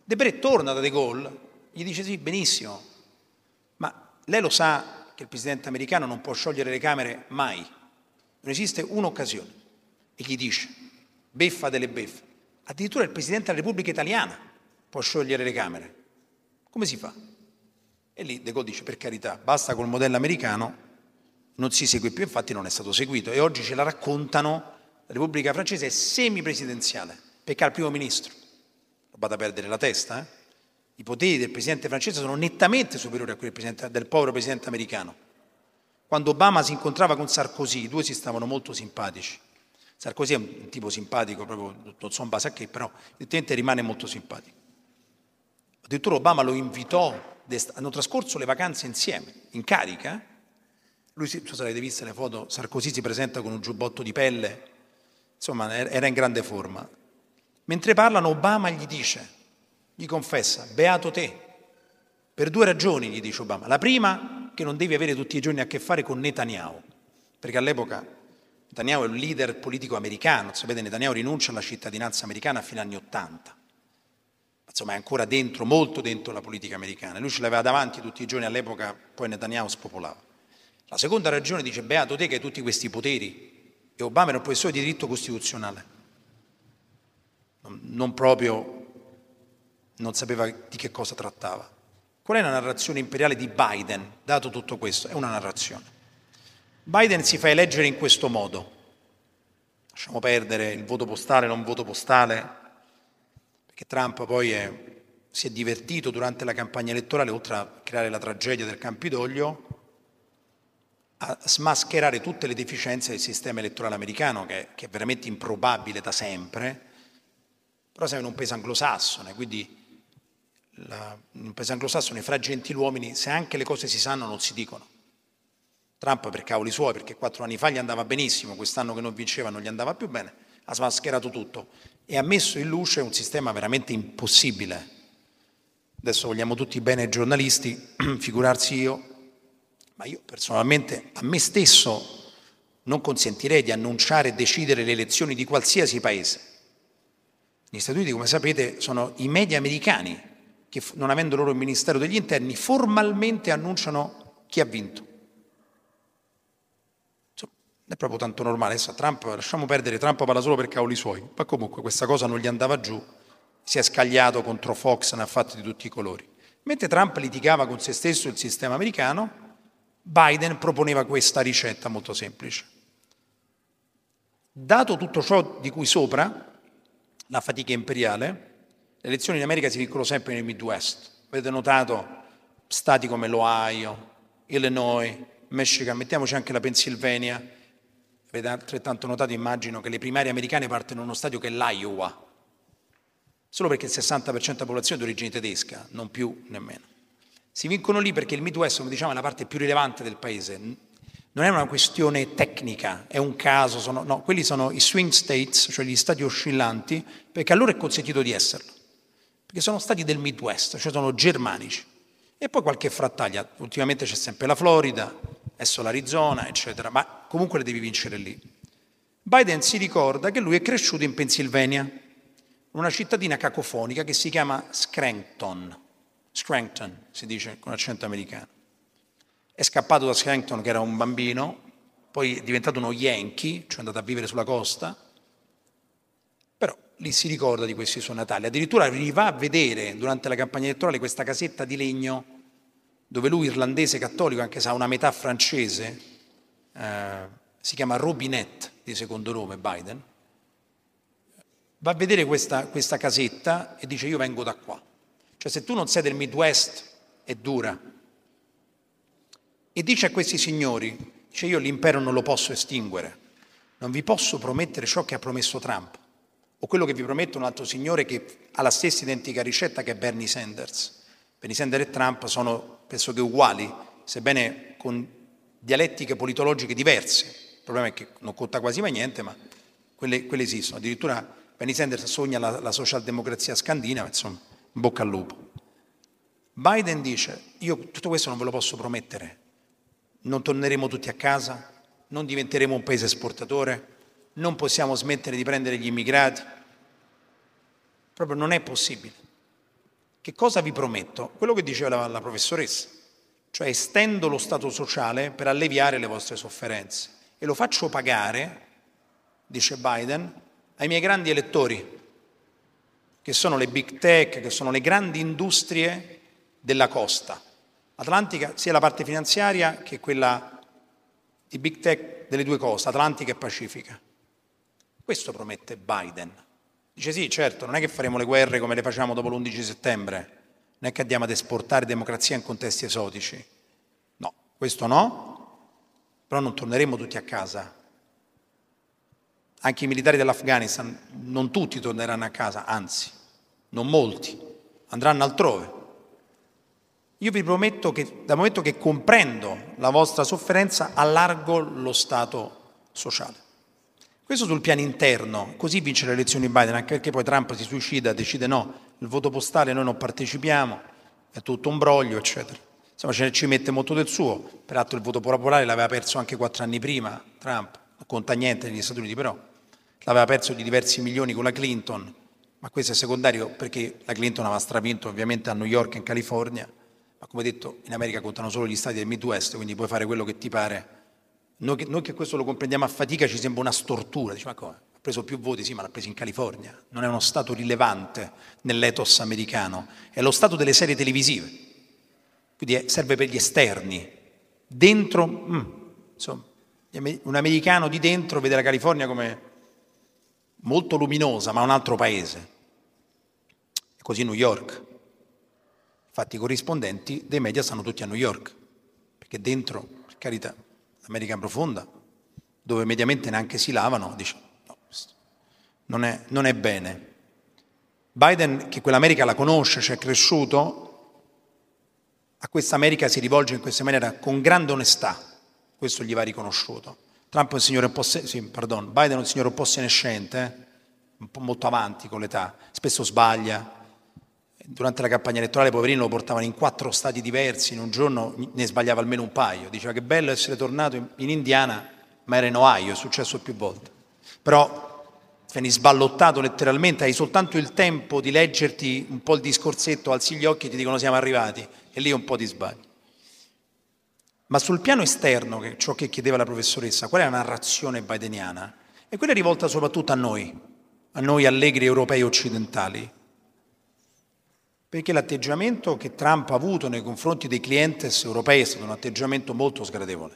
Debré torna da De Gaulle, gli dice sì, benissimo, ma lei lo sa che il presidente americano non può sciogliere le Camere mai, non esiste un'occasione. E gli dice, beffa delle beffe, addirittura il presidente della Repubblica Italiana può sciogliere le Camere. Come si fa? E lì De Gaulle dice, per carità, basta col modello americano, non si segue più, infatti non è stato seguito. E oggi ce la raccontano, la Repubblica francese è semipresidenziale, perché ha il primo ministro. Non vado a perdere la testa, I poteri del presidente francese sono nettamente superiori a quelli del povero presidente americano. Quando Obama si incontrava con Sarkozy, i due si stavano molto simpatici. Sarkozy è un tipo simpatico, proprio non so in base a che, però evidentemente rimane molto simpatico. Addirittura Obama lo invitò, hanno trascorso le vacanze insieme, in carica. Lui, non so se avete visto le foto, Sarkozy si presenta con un giubbotto di pelle, insomma era in grande forma. Mentre parlano Obama gli confessa, beato te, per 2 ragioni gli dice Obama. La prima, che non devi avere tutti i giorni a che fare con Netanyahu, perché all'epoca Netanyahu è un leader politico americano, sapete Netanyahu rinuncia alla cittadinanza americana a fine anni 80, insomma è ancora dentro, molto dentro la politica americana, lui ce l'aveva davanti tutti i giorni all'epoca, poi Netanyahu spopolava. La seconda ragione dice, beato te che hai tutti questi poteri, e Obama era un professore di diritto costituzionale, non sapeva di che cosa trattava. Qual è la narrazione imperiale di Biden, dato tutto questo? È una narrazione. Biden si fa eleggere in questo modo, lasciamo perdere il voto postale, non voto postale, perché Trump poi si è divertito durante la campagna elettorale, oltre a creare la tragedia del Campidoglio, a smascherare tutte le deficienze del sistema elettorale americano, che è veramente improbabile da sempre, però siamo in un paese anglosassone, quindi in un paese anglosassone fra gentiluomini, se anche le cose si sanno non si dicono. Trump per cavoli suoi, perché 4 anni fa gli andava benissimo, quest'anno che non vinceva non gli andava più bene, ha smascherato tutto e ha messo in luce un sistema veramente impossibile. Adesso vogliamo tutti bene ai giornalisti, figurarsi io, ma io personalmente a me stesso non consentirei di annunciare e decidere le elezioni di qualsiasi paese. Gli Stati Uniti, come sapete, sono i media americani che, non avendo loro il Ministero degli Interni, formalmente annunciano chi ha vinto. Insomma, non è proprio tanto normale. Adesso Trump, lasciamo perdere, Trump parla solo per cavoli suoi, ma comunque questa cosa non gli andava giù, si è scagliato contro Fox, ne ha fatti di tutti i colori. Mentre Trump litigava con se stesso il sistema americano, Biden proponeva questa ricetta molto semplice. Dato tutto ciò di cui sopra, la fatica imperiale, le elezioni in America si vincono sempre nel Midwest. Avete notato stati come l'Ohio, Illinois, Michigan, mettiamoci anche la Pennsylvania. Avete altrettanto notato, immagino, che le primarie americane partono in uno stadio che è l'Iowa, solo perché il 60% della popolazione è di origine tedesca, non più nemmeno. Si vincono lì perché il Midwest, come diciamo, è la parte più rilevante del paese. Non è una questione tecnica, è un caso, quelli sono i swing states, cioè gli stati oscillanti, perché a loro è consentito di esserlo, perché sono stati del Midwest, cioè sono germanici. E poi qualche frattaglia, ultimamente c'è sempre la Florida, adesso l'Arizona, eccetera, ma comunque le devi vincere lì. Biden si ricorda che lui è cresciuto in Pennsylvania, una cittadina cacofonica che si chiama Scranton si dice con accento americano. È scappato da Scranton che era un bambino, poi è diventato uno Yankee, cioè è andato a vivere sulla costa, però lì si ricorda di questi suoi natali. Addirittura va a vedere durante la campagna elettorale questa casetta di legno dove lui, irlandese cattolico, anche se ha una metà francese, si chiama Robinette di secondo nome Biden, va a vedere questa casetta e dice io vengo da qua. Cioè se tu non sei del Midwest è dura. E dice a questi signori, dice io l'impero non lo posso estinguere, non vi posso promettere ciò che ha promesso Trump, o quello che vi promette un altro signore che ha la stessa identica ricetta che è Bernie Sanders. Bernie Sanders e Trump sono pressoché uguali, sebbene con dialettiche politologiche diverse. Il problema è che non conta quasi mai niente, ma quelle esistono. Addirittura Bernie Sanders sogna la socialdemocrazia scandinava, insomma, in bocca al lupo. Biden dice, io tutto questo non ve lo posso promettere, non torneremo tutti a casa, non diventeremo un paese esportatore, non possiamo smettere di prendere gli immigrati, proprio non è possibile. Che cosa vi prometto? Quello che diceva la professoressa, cioè estendo lo Stato sociale per alleviare le vostre sofferenze e lo faccio pagare, dice Biden, ai miei grandi elettori, che sono le big tech, che sono le grandi industrie della costa atlantica, sia la parte finanziaria che quella di big tech delle due coste, Atlantica e Pacifica. Questo promette Biden. Dice sì, certo, non è che faremo le guerre come le facciamo dopo l'11 settembre, non è che andiamo ad esportare democrazia in contesti esotici. No, questo no, però non torneremo tutti a casa. Anche i militari dell'Afghanistan, non tutti torneranno a casa, anzi, non molti, andranno altrove. Io vi prometto che dal momento che comprendo la vostra sofferenza, allargo lo Stato sociale. Questo sul piano interno, così vince le elezioni Biden, anche perché poi Trump si suicida, decide no, il voto postale noi non partecipiamo, è tutto un broglio, eccetera. Insomma, ci mette molto del suo, peraltro il voto popolare l'aveva perso anche 4 anni prima, Trump, non conta niente negli Stati Uniti, però l'aveva perso di diversi milioni con la Clinton, ma questo è secondario perché la Clinton aveva stravinto ovviamente a New York e in California, ma come detto in America contano solo gli stati del Midwest, quindi puoi fare quello che ti pare. Noi che questo lo comprendiamo a fatica ci sembra una stortura, dici ma come? Ha preso più voti, sì, ma l'ha preso in California, non è uno stato rilevante nell'ethos americano, è lo stato delle serie televisive, quindi serve per gli esterni. Dentro, insomma, un americano di dentro vede la California come molto luminosa, ma un altro paese. E così New York. Infatti i corrispondenti dei media stanno tutti a New York, perché dentro, per carità, l'America profonda, dove mediamente neanche si lavano, dice no, non è bene. Biden, che quell'America la conosce, ci è cresciuto, a questa America si rivolge in questa maniera con grande onestà, questo gli va riconosciuto. Trump è un signore un po', Biden è un signore un po' senescente, un po' molto avanti con l'età, spesso sbaglia. Durante la campagna elettorale, poverino, lo portavano in 4 stati diversi, in un giorno ne sbagliava almeno un paio. Diceva che bello essere tornato in Indiana, ma era in Ohio, è successo più volte. Però vieni sballottato letteralmente, hai soltanto il tempo di leggerti un po' il discorsetto, alzi gli occhi e ti dicono siamo arrivati, e lì un po' ti sbagli. Ma sul piano esterno, che è ciò che chiedeva la professoressa, qual è la narrazione bideniana? E quella è rivolta soprattutto a noi allegri europei occidentali. Perché l'atteggiamento che Trump ha avuto nei confronti dei clientes europei è stato un atteggiamento molto sgradevole.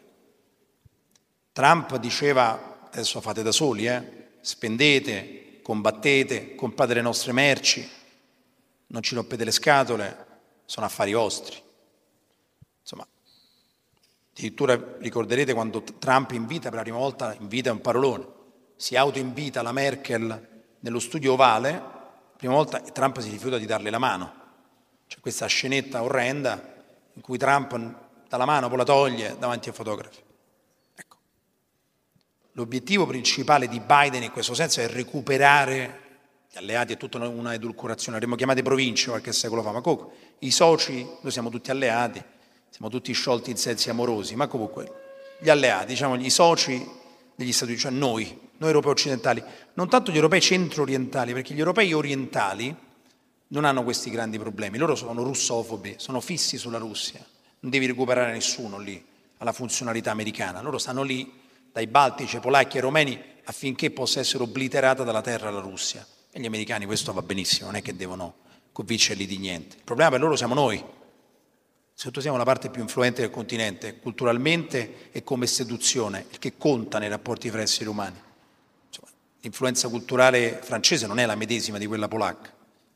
Trump diceva, adesso fate da soli, spendete, combattete, comprate le nostre merci, non ci rompete le scatole, sono affari vostri. Insomma, addirittura ricorderete quando Trump invita per la prima volta, invita un parolone, si autoinvita la Merkel nello studio ovale, la prima volta Trump si rifiuta di darle la mano. C'è questa scenetta orrenda in cui Trump dà la mano, poi la toglie davanti ai fotografi. Ecco. L'obiettivo principale di Biden in questo senso è recuperare gli alleati, è tutta una edulcorazione, avremmo chiamate province qualche secolo fa, ma comunque i soci, noi siamo tutti alleati, siamo tutti sciolti in sensi amorosi, ma comunque gli alleati, diciamo i soci degli Stati Uniti, cioè noi europei occidentali, non tanto gli europei centro-orientali, perché gli europei orientali non hanno questi grandi problemi, loro sono russofobi, sono fissi sulla Russia, non devi recuperare nessuno lì alla funzionalità americana, loro stanno lì dai baltici, ai polacchi, ai romeni affinché possa essere obliterata dalla terra la Russia. E gli americani questo va benissimo, non è che devono convincerli di niente. Il problema per loro siamo noi, soprattutto siamo la parte più influente del continente, culturalmente e come seduzione, il che conta nei rapporti fra esseri umani. Insomma, l'influenza culturale francese non è la medesima di quella polacca.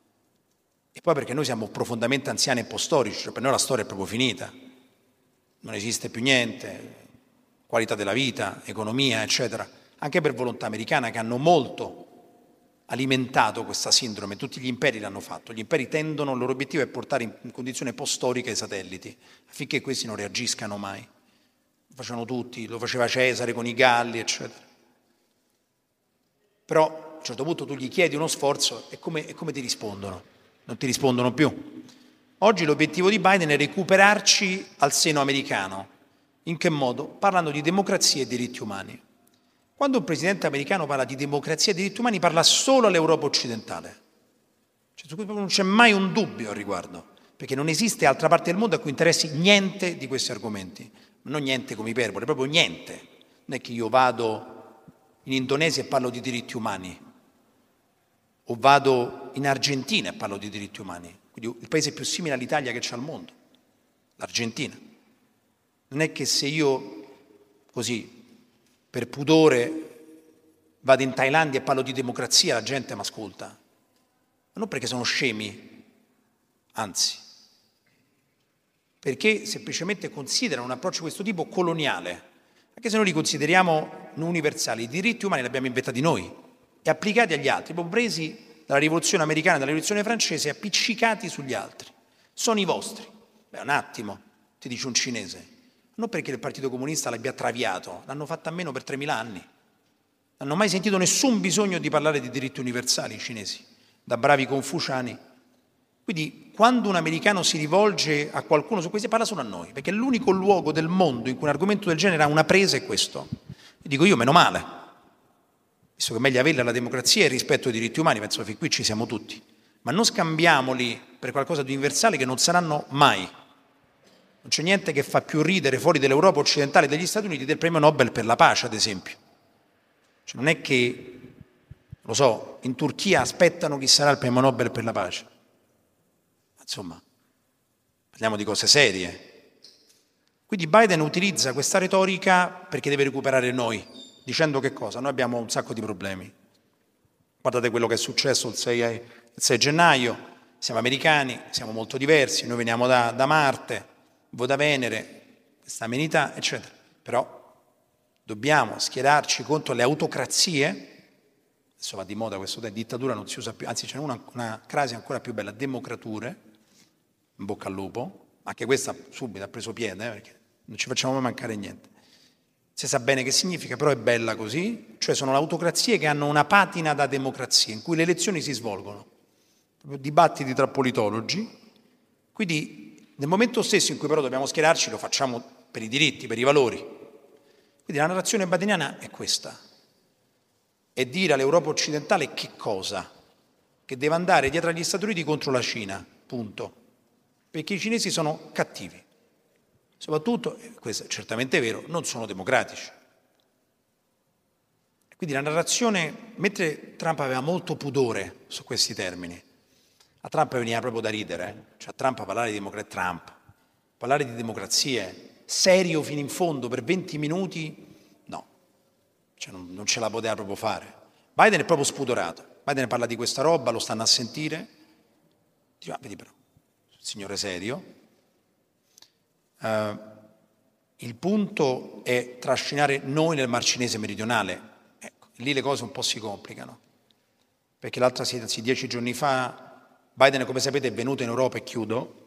E poi perché noi siamo profondamente anziani e postorici, cioè per noi la storia è proprio finita, non esiste più niente, qualità della vita, economia, eccetera, anche per volontà americana che hanno molto alimentato questa sindrome, tutti gli imperi l'hanno fatto, gli imperi tendono, il loro obiettivo è portare in condizione postorica i satelliti, affinché questi non reagiscano mai, lo facevano tutti, lo faceva Cesare con i Galli, eccetera. Però a un certo punto tu gli chiedi uno sforzo e come ti rispondono? Non ti rispondono più. Oggi l'obiettivo di Biden è recuperarci al seno americano. In che modo? Parlando di democrazia e diritti umani. Quando un presidente americano parla di democrazia e diritti umani parla solo all'Europa occidentale. Cioè, su cui non c'è mai un dubbio al riguardo, perché non esiste altra parte del mondo a cui interessi niente di questi argomenti. Non niente come iperbole, proprio niente. Non è che io vado in Indonesia e parlo di diritti umani, o vado in Argentina e parlo di diritti umani. Quindi il paese più simile all'Italia che c'è al mondo, l'Argentina. Non è che se io, così, per pudore, vado in Thailandia e parlo di democrazia, la gente mi ascolta. Ma non perché sono scemi, anzi, perché semplicemente considerano un approccio di questo tipo coloniale. Anche se noi li consideriamo non universali, i diritti umani li abbiamo inventati noi e applicati agli altri, proprio presi dalla rivoluzione americana e dalla rivoluzione francese e appiccicati sugli altri. Sono i vostri. Beh, un attimo, ti dice un cinese. Non perché il Partito Comunista l'abbia traviato, l'hanno fatta a meno per 3.000 anni. Non hanno mai sentito nessun bisogno di parlare di diritti universali i cinesi, da bravi confuciani. Quindi quando un americano si rivolge a qualcuno su questo parla solo a noi, perché l'unico luogo del mondo in cui un argomento del genere ha una presa è questo. E dico io, meno male, visto che è meglio averla la democrazia e il rispetto ai diritti umani, penso che qui ci siamo tutti, ma non scambiamoli per qualcosa di universale che non saranno mai. Non c'è niente che fa più ridere fuori dell'Europa occidentale e degli Stati Uniti del premio Nobel per la pace, ad esempio. Cioè, non è che, lo so, in Turchia aspettano chi sarà il premio Nobel per la pace. Insomma, parliamo di cose serie. Quindi Biden utilizza questa retorica perché deve recuperare noi, dicendo che cosa? Noi abbiamo un sacco di problemi. Guardate quello che è successo il 6 gennaio, siamo americani, siamo molto diversi, noi veniamo da Marte, voi da Venere, questa amenità, eccetera. Però dobbiamo schierarci contro le autocrazie. Adesso va di moda questo termine, dittatura non si usa più, anzi c'è una crasi ancora più bella, democrature, in bocca al lupo, anche questa subito ha preso piede, perché non ci facciamo mai mancare niente. Si sa bene che significa, però è bella così, cioè sono le autocrazie che hanno una patina da democrazia, in cui le elezioni si svolgono, proprio dibattiti tra politologi, quindi nel momento stesso in cui però dobbiamo schierarci lo facciamo per i diritti, per i valori. Quindi la narrazione bideniana è questa. È dire all'Europa occidentale che cosa? Che deve andare dietro agli Stati Uniti contro la Cina, punto. Perché i cinesi sono cattivi. Soprattutto, e questo è certamente vero, non sono democratici. Quindi la narrazione, mentre Trump aveva molto pudore su questi termini, a Trump veniva proprio da ridere, cioè a Trump parlare di democrazie serio fino in fondo per 20 minuti, no, cioè non ce la poteva proprio fare. Biden è proprio spudorato, Biden parla di questa roba, lo stanno a sentire, dice, vedi però, signore serio, il punto è trascinare noi nel Mar Cinese meridionale, ecco, lì le cose un po' si complicano, perché l'altra sera, 10 giorni fa, Biden, come sapete, è venuto in Europa, e chiudo,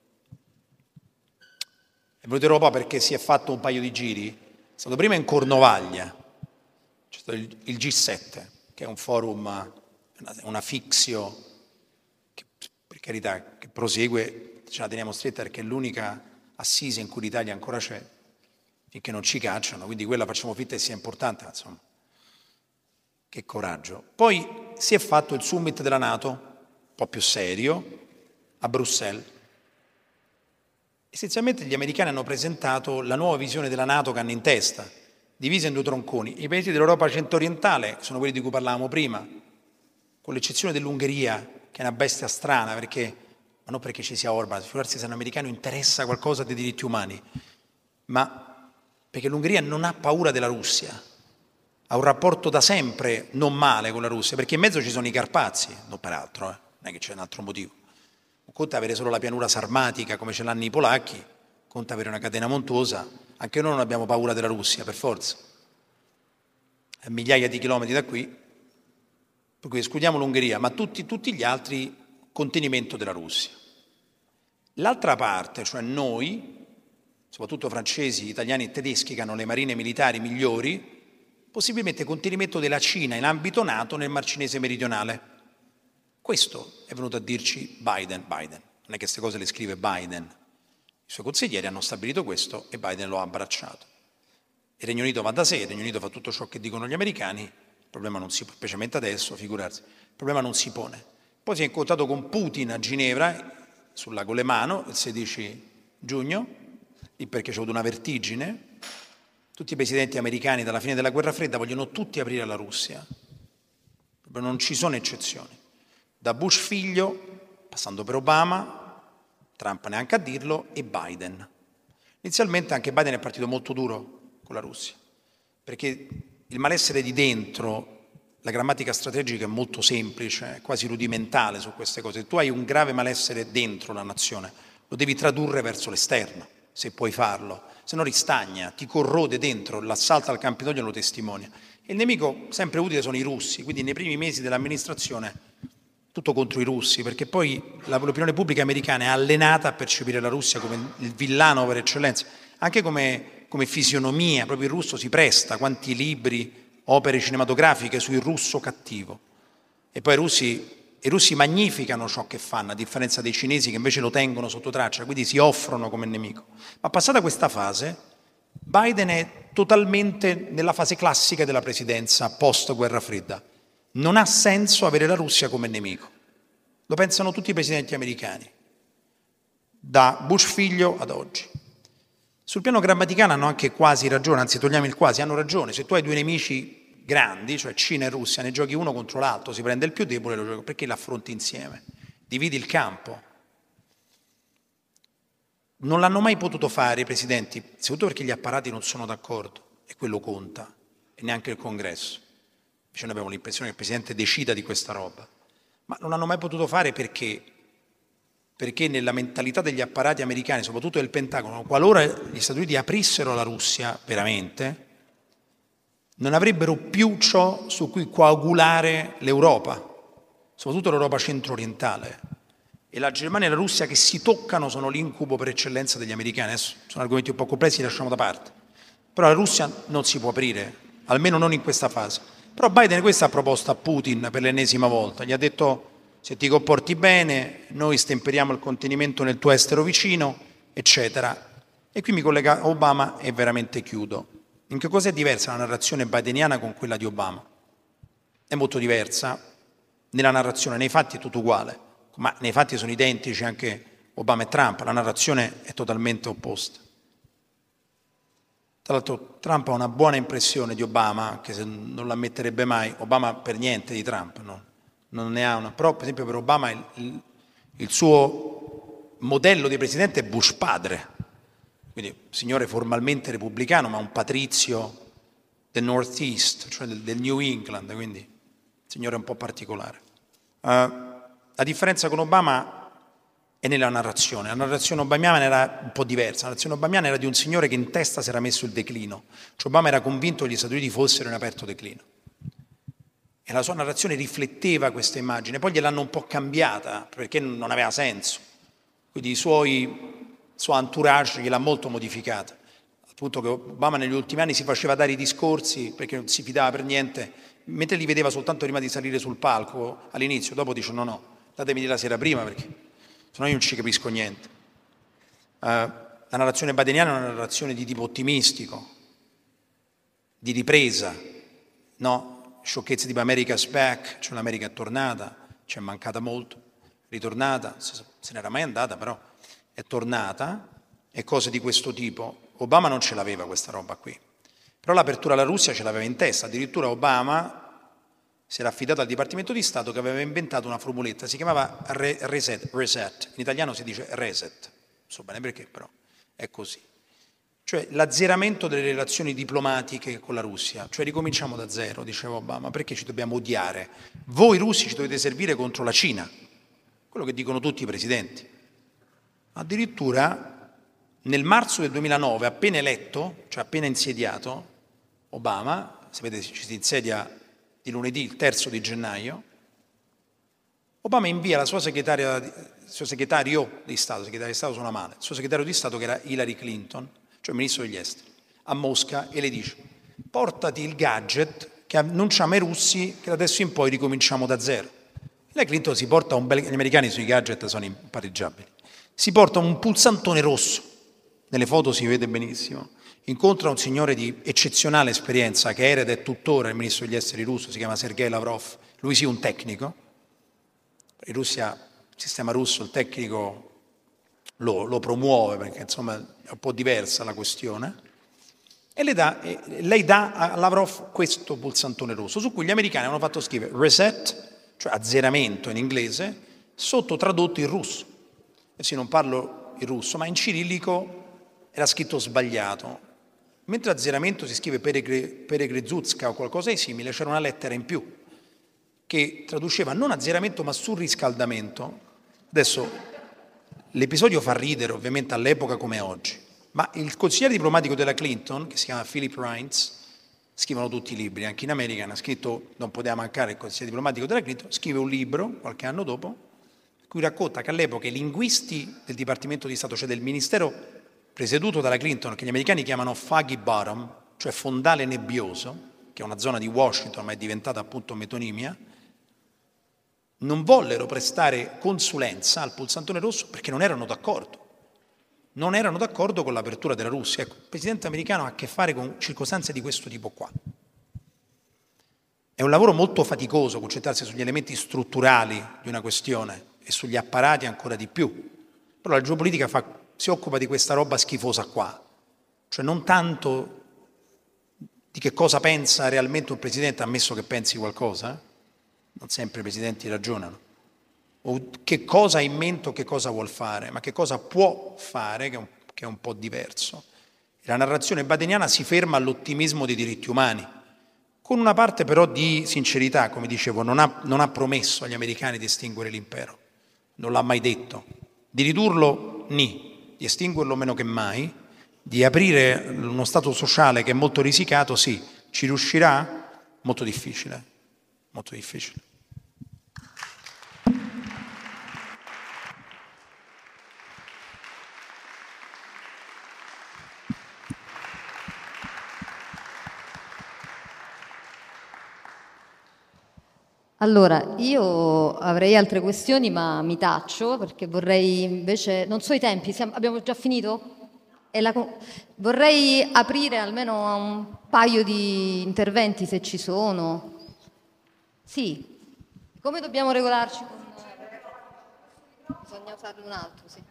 è venuto in Europa perché si è fatto un paio di giri, è stato prima in Cornovaglia, c'è stato il G7, che è un forum, una fictio, che per carità, che prosegue, ce la teniamo stretta perché è l'unica assise in cui l'Italia ancora c'è, finché non ci cacciano, quindi quella facciamo finta che sia importante, insomma, che coraggio. Poi si è fatto il summit della NATO, un po' più serio, a Bruxelles. Essenzialmente gli americani hanno presentato la nuova visione della NATO che hanno in testa, divisa in due tronconi. I paesi dell'Europa centro-orientale sono quelli di cui parlavamo prima, con l'eccezione dell'Ungheria, che è una bestia strana, ma non perché ci sia Orban, figurarsi se un americano interessa qualcosa dei diritti umani, ma perché l'Ungheria non ha paura della Russia, ha un rapporto da sempre non male con la Russia, perché in mezzo ci sono i Carpazi, non peraltro, non è che c'è un altro motivo. Conta avere solo la pianura sarmatica come ce l'hanno i polacchi, conta avere una catena montuosa, anche noi non abbiamo paura della Russia, per forza. A migliaia di chilometri da qui, per cui escludiamo l'Ungheria, ma tutti gli altri contenimento della Russia. L'altra parte, cioè noi, soprattutto francesi, italiani e tedeschi che hanno le marine militari migliori, possibilmente contenimento della Cina in ambito NATO nel Mar Cinese meridionale. Questo è venuto a dirci Biden. Non è che queste cose le scrive Biden. I suoi consiglieri hanno stabilito questo e Biden lo ha abbracciato. Il Regno Unito va da sé, il Regno Unito fa tutto ciò che dicono gli americani, il problema non si pone, specialmente adesso, figurarsi, il problema non si pone. Poi si è incontrato con Putin a Ginevra, sul lago Lemano, il 16 giugno, lì perché c'è avuto una vertigine. Tutti i presidenti americani dalla fine della guerra fredda vogliono tutti aprire alla Russia. Non ci sono eccezioni. Da Bush figlio, passando per Obama, Trump neanche a dirlo, e Biden. Inizialmente anche Biden è partito molto duro con la Russia, perché il malessere di dentro, la grammatica strategica è molto semplice, quasi rudimentale su queste cose. Tu hai un grave malessere dentro la nazione, lo devi tradurre verso l'esterno, se puoi farlo, se no ristagna, ti corrode dentro, l'assalto al Campidoglio lo testimonia. E il nemico sempre utile sono i russi, quindi nei primi mesi dell'amministrazione tutto contro i russi, perché poi l'opinione pubblica americana è allenata a percepire la Russia come il villano per eccellenza, anche come fisionomia, proprio il russo si presta, quanti libri, opere cinematografiche sul russo cattivo. E poi i russi magnificano ciò che fanno, a differenza dei cinesi che invece lo tengono sotto traccia, quindi si offrono come nemico. Ma passata questa fase, Biden è totalmente nella fase classica della presidenza post-guerra fredda. Non ha senso avere la Russia come nemico. Lo pensano tutti i presidenti americani, da Bush figlio ad oggi. Sul piano grammaticale hanno anche quasi ragione, anzi togliamo il quasi, hanno ragione. Se tu hai due nemici grandi, cioè Cina e Russia, ne giochi uno contro l'altro, si prende il più debole e lo giochi, perché l'affronti insieme? Dividi il campo. Non l'hanno mai potuto fare i presidenti, soprattutto perché gli apparati non sono d'accordo, e quello conta, e neanche il Congresso. Invece noi abbiamo l'impressione che il Presidente decida di questa roba. Ma non l'hanno mai potuto fare perché nella mentalità degli apparati americani, soprattutto del Pentagono, qualora gli Stati Uniti aprissero alla Russia veramente, non avrebbero più ciò su cui coagulare l'Europa, soprattutto l'Europa centro-orientale. E la Germania e la Russia che si toccano sono l'incubo per eccellenza degli americani. Adesso sono argomenti un po' complessi, li lasciamo da parte. Però la Russia non si può aprire, almeno non in questa fase. Però Biden questo ha proposto a Putin per l'ennesima volta. Gli ha detto: se ti comporti bene, noi stemperiamo il contenimento nel tuo estero vicino, eccetera. E qui mi collega a Obama e veramente chiudo. In che cosa è diversa la narrazione bideniana con quella di Obama? È molto diversa nella narrazione, nei fatti è tutto uguale, ma nei fatti sono identici anche Obama e Trump, la narrazione è totalmente opposta. Tra l'altro Trump ha una buona impressione di Obama, anche se non l'ammetterebbe mai. Obama per niente di Trump, no? Non ne ha una. Però per esempio per Obama il suo modello di presidente è Bush padre, quindi signore formalmente repubblicano, ma un patrizio del Northeast, cioè del New England, quindi signore un po' particolare. La differenza con Obama è nella narrazione. La narrazione obamiana era un po' diversa. La narrazione obamiana era di un signore che in testa si era messo il declino. Cioè Obama era convinto che gli Stati Uniti fossero in aperto declino. E la sua narrazione rifletteva questa immagine. Poi gliel'hanno un po' cambiata, perché non aveva senso. Quindi il suo entourage gliel'ha molto modificata. Al punto che Obama negli ultimi anni si faceva dare i discorsi, perché non si fidava per niente, mentre li vedeva soltanto prima di salire sul palco all'inizio. Dopo dice no, datemi di la sera prima, perché se no io non ci capisco niente. La narrazione bideniana è una narrazione di tipo ottimistico, di ripresa, no? Sciocchezze tipo America's back, cioè l'America è tornata, ci è mancata molto, ritornata, se n'era mai andata, però è tornata, e cose di questo tipo. Obama non ce l'aveva questa roba qui, però l'apertura alla Russia ce l'aveva in testa. Addirittura Obama si era affidato al Dipartimento di Stato che aveva inventato una formuletta, si chiamava reset, in italiano si dice reset, non so bene perché, però è così. Cioè l'azzeramento delle relazioni diplomatiche con la Russia, cioè ricominciamo da zero, diceva Obama, perché ci dobbiamo odiare? Voi russi ci dovete servire contro la Cina, quello che dicono tutti i presidenti. Addirittura nel marzo del 2009, appena eletto, cioè appena insediato, Obama, sapete ci si insedia di lunedì, il 3 di gennaio, Obama invia la sua segretario di Stato, segretario di Stato suona male, il suo segretario di Stato che era Hillary Clinton, cioè ministro degli esteri, a Mosca, e le dice: portati il gadget che annunciamo ai russi che da adesso in poi ricominciamo da zero. Hillary Clinton si porta gli americani sui gadget sono impareggiabili, si porta un pulsantone rosso, nelle foto si vede benissimo, incontra un signore di eccezionale esperienza che era ed è tuttora il ministro degli esteri russo, si chiama Sergei Lavrov, lui sì un tecnico, In Russia il sistema russo, il tecnico lo promuove perché insomma è un po' diversa la questione, e lei dà a Lavrov questo pulsantone rosso su cui gli americani hanno fatto scrivere reset, cioè azzeramento in inglese, sotto tradotto in russo. Sì, non parlo il russo, ma in cirillico era scritto sbagliato. Mentre azzeramento si scrive peregrezuzka o qualcosa di simile, c'era una lettera in più che traduceva non azzeramento ma surriscaldamento. Adesso l'episodio fa ridere ovviamente all'epoca come oggi, ma il consigliere diplomatico della Clinton, che si chiama Philip Reince, scrivono tutti i libri, anche in America ha scritto, non poteva mancare il consigliere diplomatico della Clinton, scrive un libro qualche anno dopo, in cui racconta che all'epoca i linguisti del Dipartimento di Stato, cioè del Ministero presieduto dalla Clinton, che gli americani chiamano foggy bottom, cioè fondale nebbioso, che è una zona di Washington ma è diventata appunto metonimia, non vollero prestare consulenza al pulsantone rosso perché non erano d'accordo. Non erano d'accordo con l'apertura della Russia. Ecco, il presidente americano ha a che fare con circostanze di questo tipo qua. È un lavoro molto faticoso concentrarsi sugli elementi strutturali di una questione e sugli apparati ancora di più. Però la geopolitica si occupa di questa roba schifosa qua. Cioè non tanto di che cosa pensa realmente un presidente, ammesso che pensi qualcosa, non sempre i presidenti ragionano, o che cosa ha in mente o che cosa vuol fare, ma che cosa può fare, che è un po' diverso. La narrazione badeniana si ferma all'ottimismo dei diritti umani, con una parte però di sincerità, come dicevo, non ha promesso agli americani di estinguere l'impero, non l'ha mai detto, di ridurlo di estinguerlo meno che mai, di aprire uno stato sociale che è molto risicato, sì, ci riuscirà? Molto difficile. Molto difficile. Allora, io avrei altre questioni, ma mi taccio perché vorrei invece, non so i tempi, abbiamo già finito? Vorrei aprire almeno a un paio di interventi se ci sono. Sì, come dobbiamo regolarci con... Bisogna usarne un altro, sì.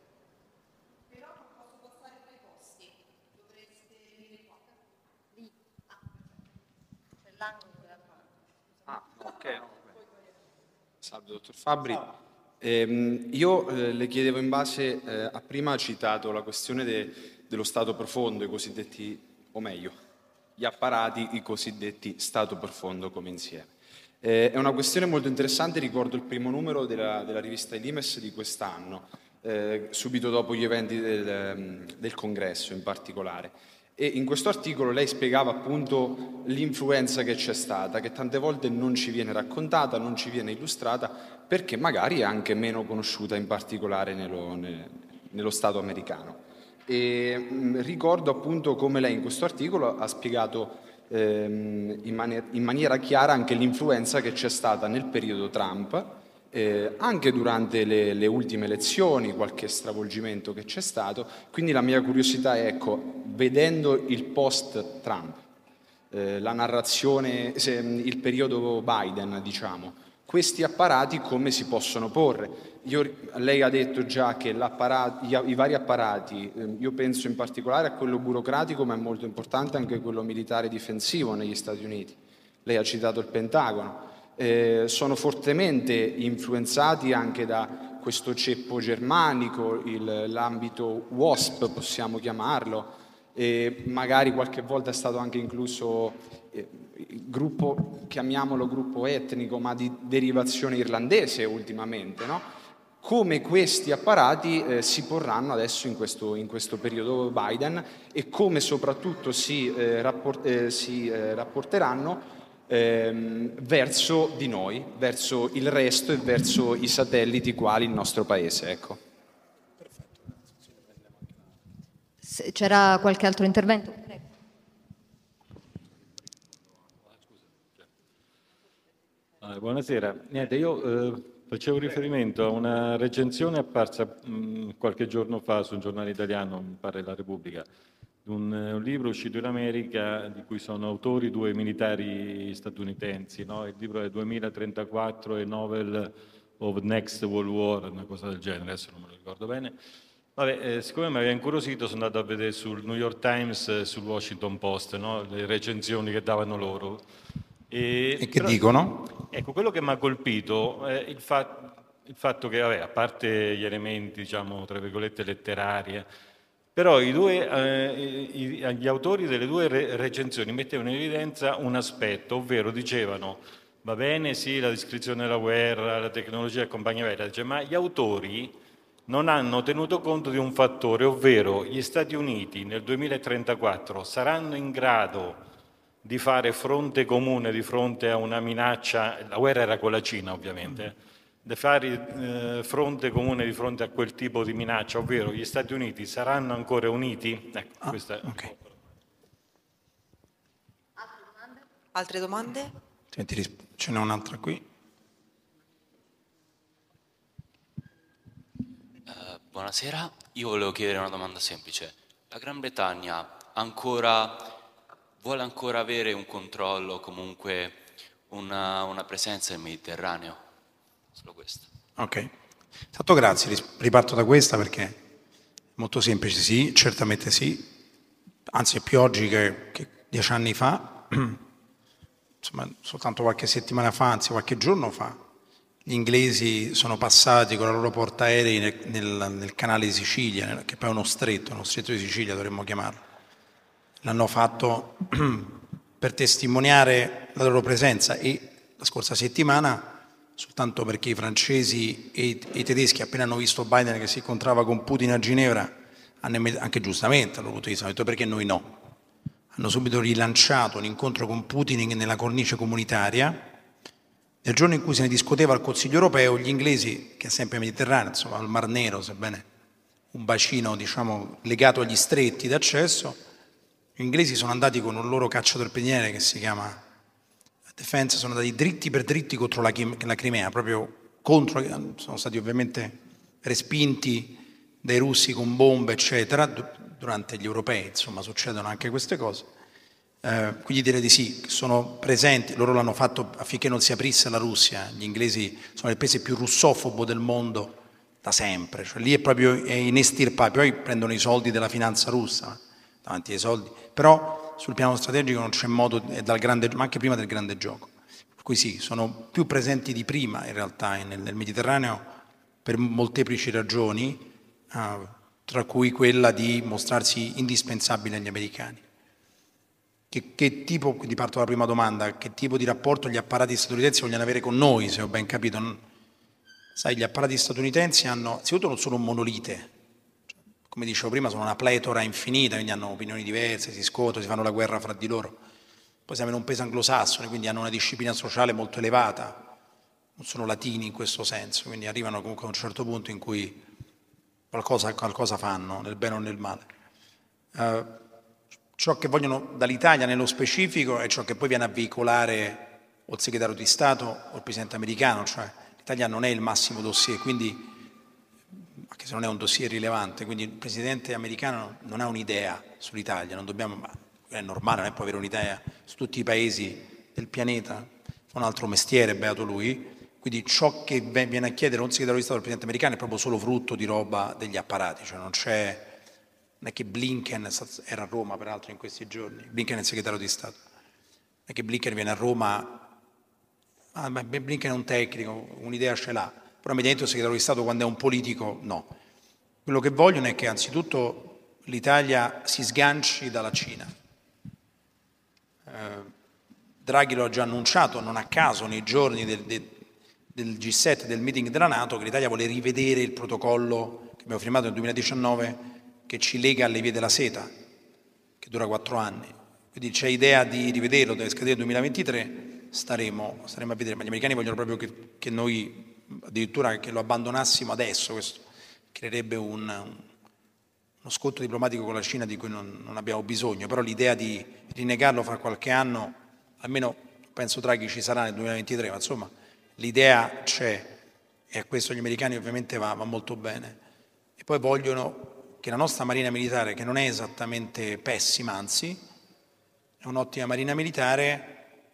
Però non posso passare tra i posti, dovreste venire qua. Lì. C'è l'angolo della ok. Salve, dottor Fabbri. Io le chiedevo in base a prima ha citato la questione dello Stato profondo, i cosiddetti, o meglio, gli apparati, i cosiddetti Stato profondo come insieme. È una questione molto interessante, ricordo il primo numero della rivista Limes di quest'anno, subito dopo gli eventi del congresso in particolare. E in questo articolo lei spiegava appunto l'influenza che c'è stata, che tante volte non ci viene raccontata, non ci viene illustrata, perché magari è anche meno conosciuta, in particolare nello Stato americano. E ricordo appunto come lei in questo articolo ha spiegato in maniera chiara anche l'influenza che c'è stata nel periodo Trump, anche durante le ultime elezioni, qualche stravolgimento che c'è stato. Quindi la mia curiosità è, ecco, vedendo il post-Trump, la narrazione, il periodo Biden, diciamo, questi apparati come si possono porre? Lei ha detto già che i vari apparati, io penso in particolare a quello burocratico, ma è molto importante anche quello militare difensivo negli Stati Uniti. Lei ha citato il Pentagono. Sono fortemente influenzati anche da questo ceppo germanico, l'ambito WASP possiamo chiamarlo, e magari qualche volta è stato anche incluso il gruppo, chiamiamolo gruppo etnico, ma di derivazione irlandese ultimamente, no? Come questi apparati si porranno adesso in questo periodo Biden e come soprattutto si rapporteranno verso di noi, verso il resto e verso i satelliti quali il nostro paese, ecco. C'era qualche altro intervento? Buonasera. Niente, io facevo riferimento a una recensione apparsa qualche giorno fa su un giornale italiano, mi pare La Repubblica, un libro uscito in America di cui sono autori due militari statunitensi, no? Il libro è 2034 e Novel of Next World War, una cosa del genere, adesso non me lo ricordo bene. Vabbè, siccome mi aveva incuriosito sono andato a vedere sul New York Times e sul Washington Post, no? Le recensioni che davano loro. E che dicono? Ecco, quello che mi ha colpito è il fatto che, vabbè, a parte gli elementi, diciamo, tra virgolette, letterari, però gli autori delle due recensioni mettevano in evidenza un aspetto, ovvero dicevano, va bene, sì, la descrizione della guerra, la tecnologia e compagnia bella, ma gli autori non hanno tenuto conto di un fattore, ovvero gli Stati Uniti nel 2034 saranno in grado di fare fronte comune di fronte a una minaccia, la guerra era con la Cina ovviamente, di fare fronte comune di fronte a quel tipo di minaccia, ovvero gli Stati Uniti saranno ancora uniti? Ecco, questa è... Okay. Altre domande? Senti, ce n'è un'altra qui. Buonasera, io volevo chiedere una domanda semplice. La Gran Bretagna vuole ancora avere un controllo, comunque una presenza nel Mediterraneo? Solo questo. Ok, tanto grazie, riparto da questa perché è molto semplice, sì, certamente sì, anzi più oggi che 10 anni fa, insomma soltanto qualche settimana fa, anzi qualche giorno fa, gli inglesi sono passati con la loro portaerei nel canale di Sicilia, che poi è uno stretto di Sicilia dovremmo chiamarlo. L'hanno fatto per testimoniare la loro presenza e la scorsa settimana, soltanto perché i francesi e i tedeschi appena hanno visto Biden che si incontrava con Putin a Ginevra, anche giustamente hanno detto perché noi no. Hanno subito rilanciato l'incontro con Putin nella cornice comunitaria. Nel giorno in cui se ne discuteva al Consiglio europeo, gli inglesi, che è sempre Mediterraneo, insomma al Mar Nero, sebbene un bacino diciamo legato agli stretti d'accesso, gli inglesi sono andati con un loro cacciatorpediniere che si chiama Defense, sono andati dritti per dritti contro la Crimea, proprio contro, sono stati ovviamente respinti dai russi con bombe, eccetera, durante gli europei, insomma succedono anche queste cose. Quindi direi di sì, sono presenti, loro l'hanno fatto affinché non si aprisse la Russia, gli inglesi sono il paese più russofobo del mondo da sempre, cioè lì è inestirpabile, poi prendono i soldi della finanza russa, davanti ai soldi, però sul piano strategico non c'è modo, ma anche prima del grande gioco, per cui sì, sono più presenti di prima in realtà nel Mediterraneo per molteplici ragioni, tra cui quella di mostrarsi indispensabile agli americani. Che tipo, quindi parto dalla prima domanda, che tipo di rapporto gli apparati statunitensi vogliono avere con noi, se ho ben capito? Sai, gli apparati statunitensi hanno, innanzitutto non sono un monolite, come dicevo prima sono una pletora infinita, quindi hanno opinioni diverse, si scontrano, si fanno la guerra fra di loro. Poi siamo in un paese anglosassone, quindi hanno una disciplina sociale molto elevata, non sono latini in questo senso, quindi arrivano comunque a un certo punto in cui qualcosa fanno, nel bene o nel male. Ciò che vogliono dall'Italia nello specifico è ciò che poi viene a veicolare o il segretario di Stato o il presidente americano, cioè l'Italia non è il massimo dossier, quindi, anche se non è un dossier rilevante, quindi il presidente americano non ha un'idea sull'Italia, non dobbiamo, ma è normale, non è può avere un'idea su tutti i paesi del pianeta, fa un altro mestiere, beato lui, quindi ciò che viene a chiedere un segretario di Stato al presidente americano è proprio solo frutto di roba degli apparati, cioè non è che Blinken era a Roma peraltro in questi giorni, Blinken è il segretario di Stato, non è che Blinken viene a Roma, Blinken è un tecnico, un'idea ce l'ha, però mediamente il segretario di Stato quando è un politico no. Quello che vogliono è che anzitutto l'Italia si sganci dalla Cina. Draghi lo ha già annunciato, non a caso nei giorni del G7, del meeting della NATO, che l'Italia vuole rivedere il protocollo che abbiamo firmato nel 2019 che ci lega alle vie della seta, che dura 4 anni. Quindi c'è idea di rivederlo, deve scadere nel 2023, staremo a vedere, ma gli americani vogliono proprio che noi addirittura che lo abbandonassimo adesso, questo creerebbe uno scontro diplomatico con la Cina di cui non abbiamo bisogno, però l'idea di rinnegarlo fra qualche anno, almeno penso Draghi ci sarà nel 2023, ma insomma l'idea c'è e a questo gli americani ovviamente va molto bene. E poi vogliono che la nostra marina militare, che non è esattamente pessima, anzi è un'ottima marina militare,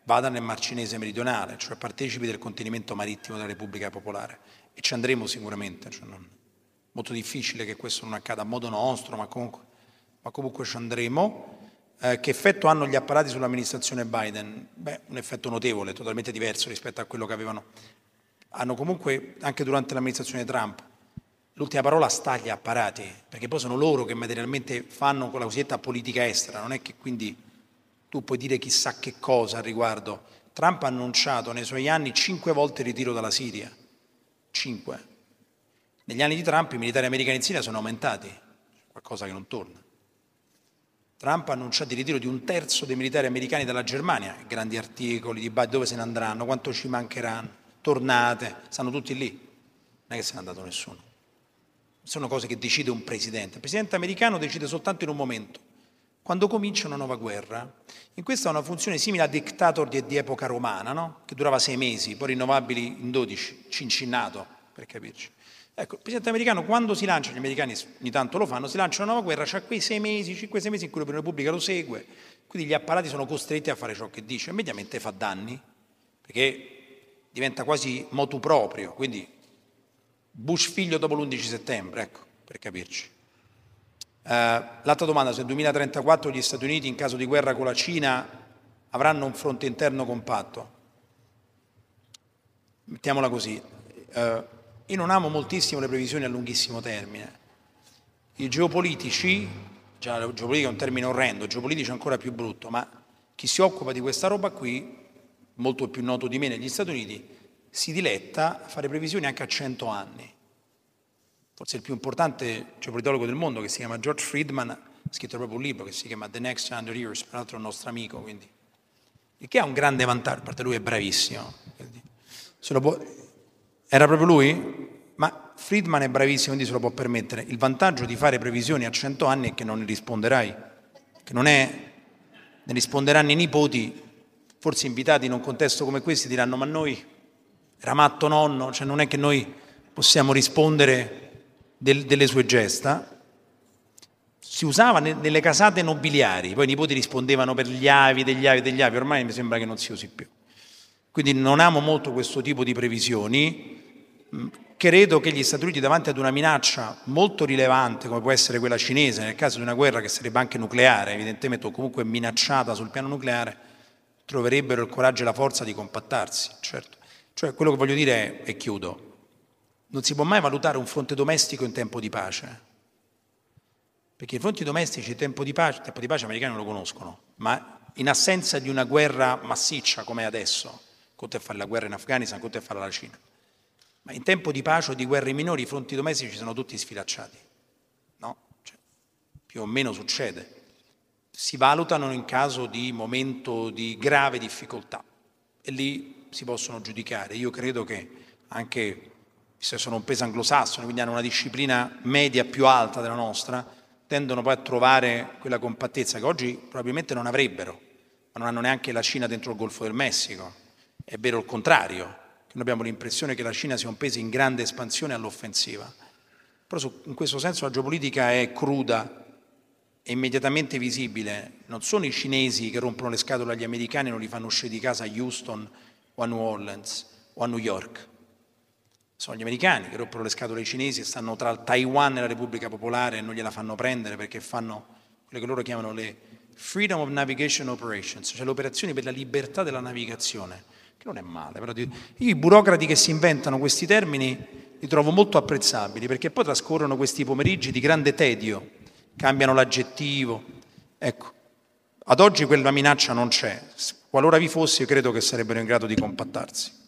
vada nel Mar Cinese meridionale, cioè partecipi del contenimento marittimo della Repubblica Popolare. E ci andremo sicuramente, cioè molto difficile che questo non accada a modo nostro, ma comunque ci andremo. Che effetto hanno gli apparati sull'amministrazione Biden? Un effetto notevole, totalmente diverso rispetto a quello che avevano. Hanno comunque, anche durante l'amministrazione Trump, l'ultima parola sta agli apparati, perché poi sono loro che materialmente fanno quella cosiddetta politica estera, non è che quindi tu puoi dire chissà che cosa al riguardo. Trump ha annunciato nei suoi anni 5 volte il ritiro dalla Siria. 5. Negli anni di Trump i militari americani in Siria sono aumentati, qualcosa che non torna. Trump ha annunciato il ritiro di 1/3 dei militari americani dalla Germania, grandi articoli, dibattiti, dove se ne andranno, quanto ci mancheranno, tornate, stanno tutti lì, non è che se n'è andato nessuno. Sono cose che decide un presidente. Il presidente americano decide soltanto in un momento, quando comincia una nuova guerra. In questa ha una funzione simile a dictator di epoca romana, no? Che durava 6 mesi, poi rinnovabili in 12, Cincinnato, per capirci. Ecco, il presidente americano quando si lancia, gli americani ogni tanto lo fanno, si lancia una nuova guerra, c'ha quei 6 mesi, 5-6 mesi in cui l'opinione pubblica lo segue, quindi gli apparati sono costretti a fare ciò che dice, e mediamente fa danni, perché diventa quasi motu proprio, quindi Bush figlio dopo l'11 settembre, ecco, per capirci. L'altra domanda, se nel 2034 gli Stati Uniti in caso di guerra con la Cina avranno un fronte interno compatto. Mettiamola così. Io non amo moltissimo le previsioni a lunghissimo termine. I geopolitici, già la geopolitica è un termine orrendo, geopolitici è ancora più brutto, ma chi si occupa di questa roba qui, molto più noto di me negli Stati Uniti, si diletta a fare previsioni anche a 100 anni. Forse il più importante geopolitologo del mondo, che si chiama George Friedman, ha scritto proprio un libro che si chiama The Next 100 Years, peraltro è un nostro amico, quindi. Il che ha un grande vantaggio, a parte lui è bravissimo. Era proprio lui? Ma Friedman è bravissimo, quindi se lo può permettere. Il vantaggio di fare previsioni a 100 anni è che non ne risponderai, che non è, ne risponderanno i nipoti, forse invitati in un contesto come questo, diranno ma noi, era matto nonno, cioè non è che noi possiamo rispondere delle sue gesta. Si usava nelle casate nobiliari, poi i nipoti rispondevano per gli avi, degli avi, degli avi, ormai mi sembra che non si usi più. Quindi non amo molto questo tipo di previsioni. Credo che gli Stati Uniti davanti ad una minaccia molto rilevante come può essere quella cinese, nel caso di una guerra che sarebbe anche nucleare, evidentemente, o comunque minacciata sul piano nucleare, troverebbero il coraggio e la forza di compattarsi, certo. Cioè quello che voglio dire è, e chiudo, non si può mai valutare un fronte domestico in tempo di pace, perché i fronti domestici in tempo di pace gli americani non lo conoscono, ma in assenza di una guerra massiccia come adesso, conto è fare la guerra in Afghanistan, conto è fare la Cina. Ma in tempo di pace o di guerre minori i fronti domestici sono tutti sfilacciati, no? Cioè, più o meno succede. Si valutano in caso di momento di grave difficoltà e lì si possono giudicare. Io credo che anche, se sono un paese anglosassone, quindi hanno una disciplina media più alta della nostra, tendono poi a trovare quella compattezza che oggi probabilmente non avrebbero, ma non hanno neanche la Cina dentro il Golfo del Messico. È vero il contrario. Noi abbiamo l'impressione che la Cina sia un paese in grande espansione all'offensiva. Però in questo senso la geopolitica è cruda e immediatamente visibile. Non sono i cinesi che rompono le scatole agli americani e non li fanno uscire di casa a Houston o a New Orleans o a New York. Sono gli americani che rompono le scatole ai cinesi e stanno tra il Taiwan e la Repubblica Popolare e non gliela fanno prendere perché fanno quelle che loro chiamano le Freedom of Navigation Operations, cioè le operazioni per la libertà della navigazione. Che non è male, però io i burocrati che si inventano questi termini li trovo molto apprezzabili, perché poi trascorrono questi pomeriggi di grande tedio, cambiano l'aggettivo. Ecco, ad oggi quella minaccia non c'è. Qualora vi fosse, io credo che sarebbero in grado di compattarsi.